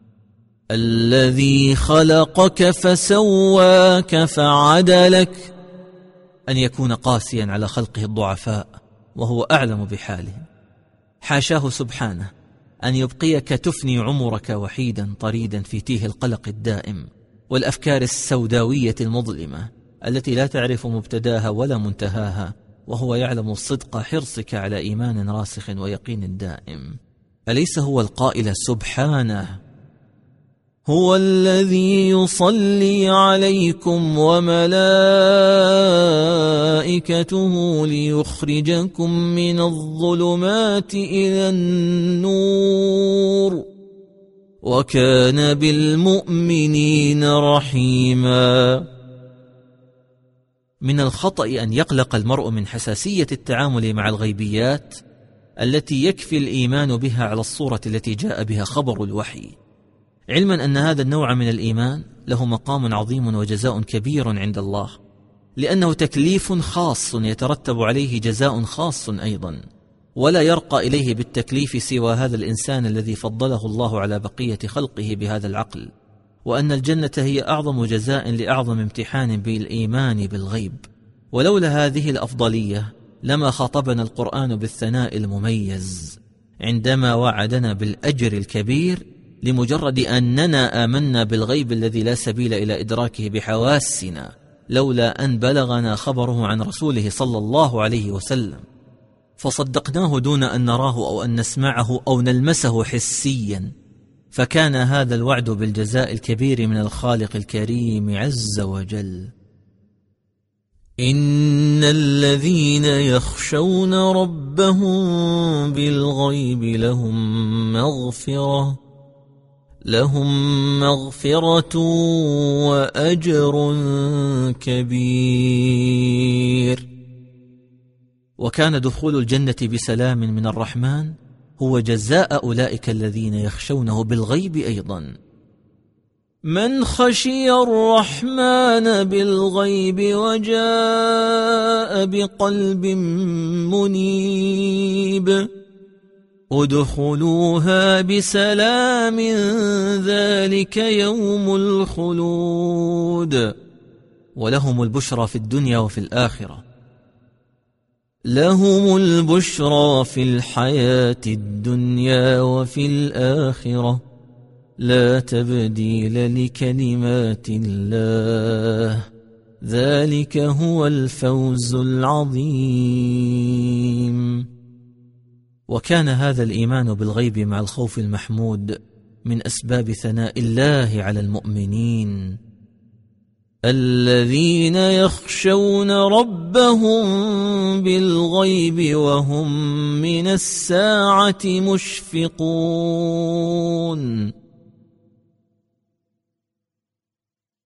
الذي خلقك فسواك فعدلك. أن يكون قاسيا على خلقه الضعفاء وهو أعلم بحالهم. حاشاه سبحانه أن يبقيك تفني عمرك وحيدا طريدا في تيه القلق الدائم والأفكار السوداوية المظلمة التي لا تعرف مبتداها ولا منتهاها، وهو يعلم صدق حرصك على إيمان راسخ ويقين دائم. أليس هو القائل سبحانه: هو الذي يصلي عليكم وملائكته ليخرجكم من الظلمات إلى النور وكان بالمؤمنين رحيما. من الخطأ أن يقلق المرء من حساسية التعامل مع الغيبيات التي يكفي الإيمان بها على الصورة التي جاء بها خبر الوحي، علما أن هذا النوع من الإيمان له مقام عظيم وجزاء كبير عند الله، لأنه تكليف خاص يترتب عليه جزاء خاص أيضا، ولا يرقى إليه بالتكليف سوى هذا الإنسان الذي فضله الله على بقية خلقه بهذا العقل، وأن الجنة هي أعظم جزاء لأعظم امتحان بالإيمان بالغيب. ولولا هذه الأفضلية لما خاطبنا القرآن بالثناء المميز عندما وعدنا بالأجر الكبير لمجرد أننا آمنا بالغيب الذي لا سبيل إلى إدراكه بحواسنا، لولا أن بلغنا خبره عن رسوله صلى الله عليه وسلم فصدقناه دون أن نراه أو أن نسمعه أو نلمسه حسيا، فكان هذا الوعد بالجزاء الكبير من الخالق الكريم عز وجل. إن الذين يخشون ربهم بالغيب لهم مغفرة لهم مغفرة وأجر كبير. وكان دخول الجنة بسلام من الرحمن هو جزاء أولئك الذين يخشونه بالغيب أيضا. من خشي الرحمن بالغيب وجاء بقلب منيب ادخلوها بسلام ذلك يوم الخلود ولهم البشرى في الدنيا وفي الآخرة. لهم البشرى في الحياة الدنيا وفي الآخرة لا تبديل لكلمات الله ذلك هو الفوز العظيم. وكان هذا الإيمان بالغيب مع الخوف المحمود من أسباب ثناء الله على المؤمنين الذين يخشون ربهم بالغيب وهم من الساعة مشفقون.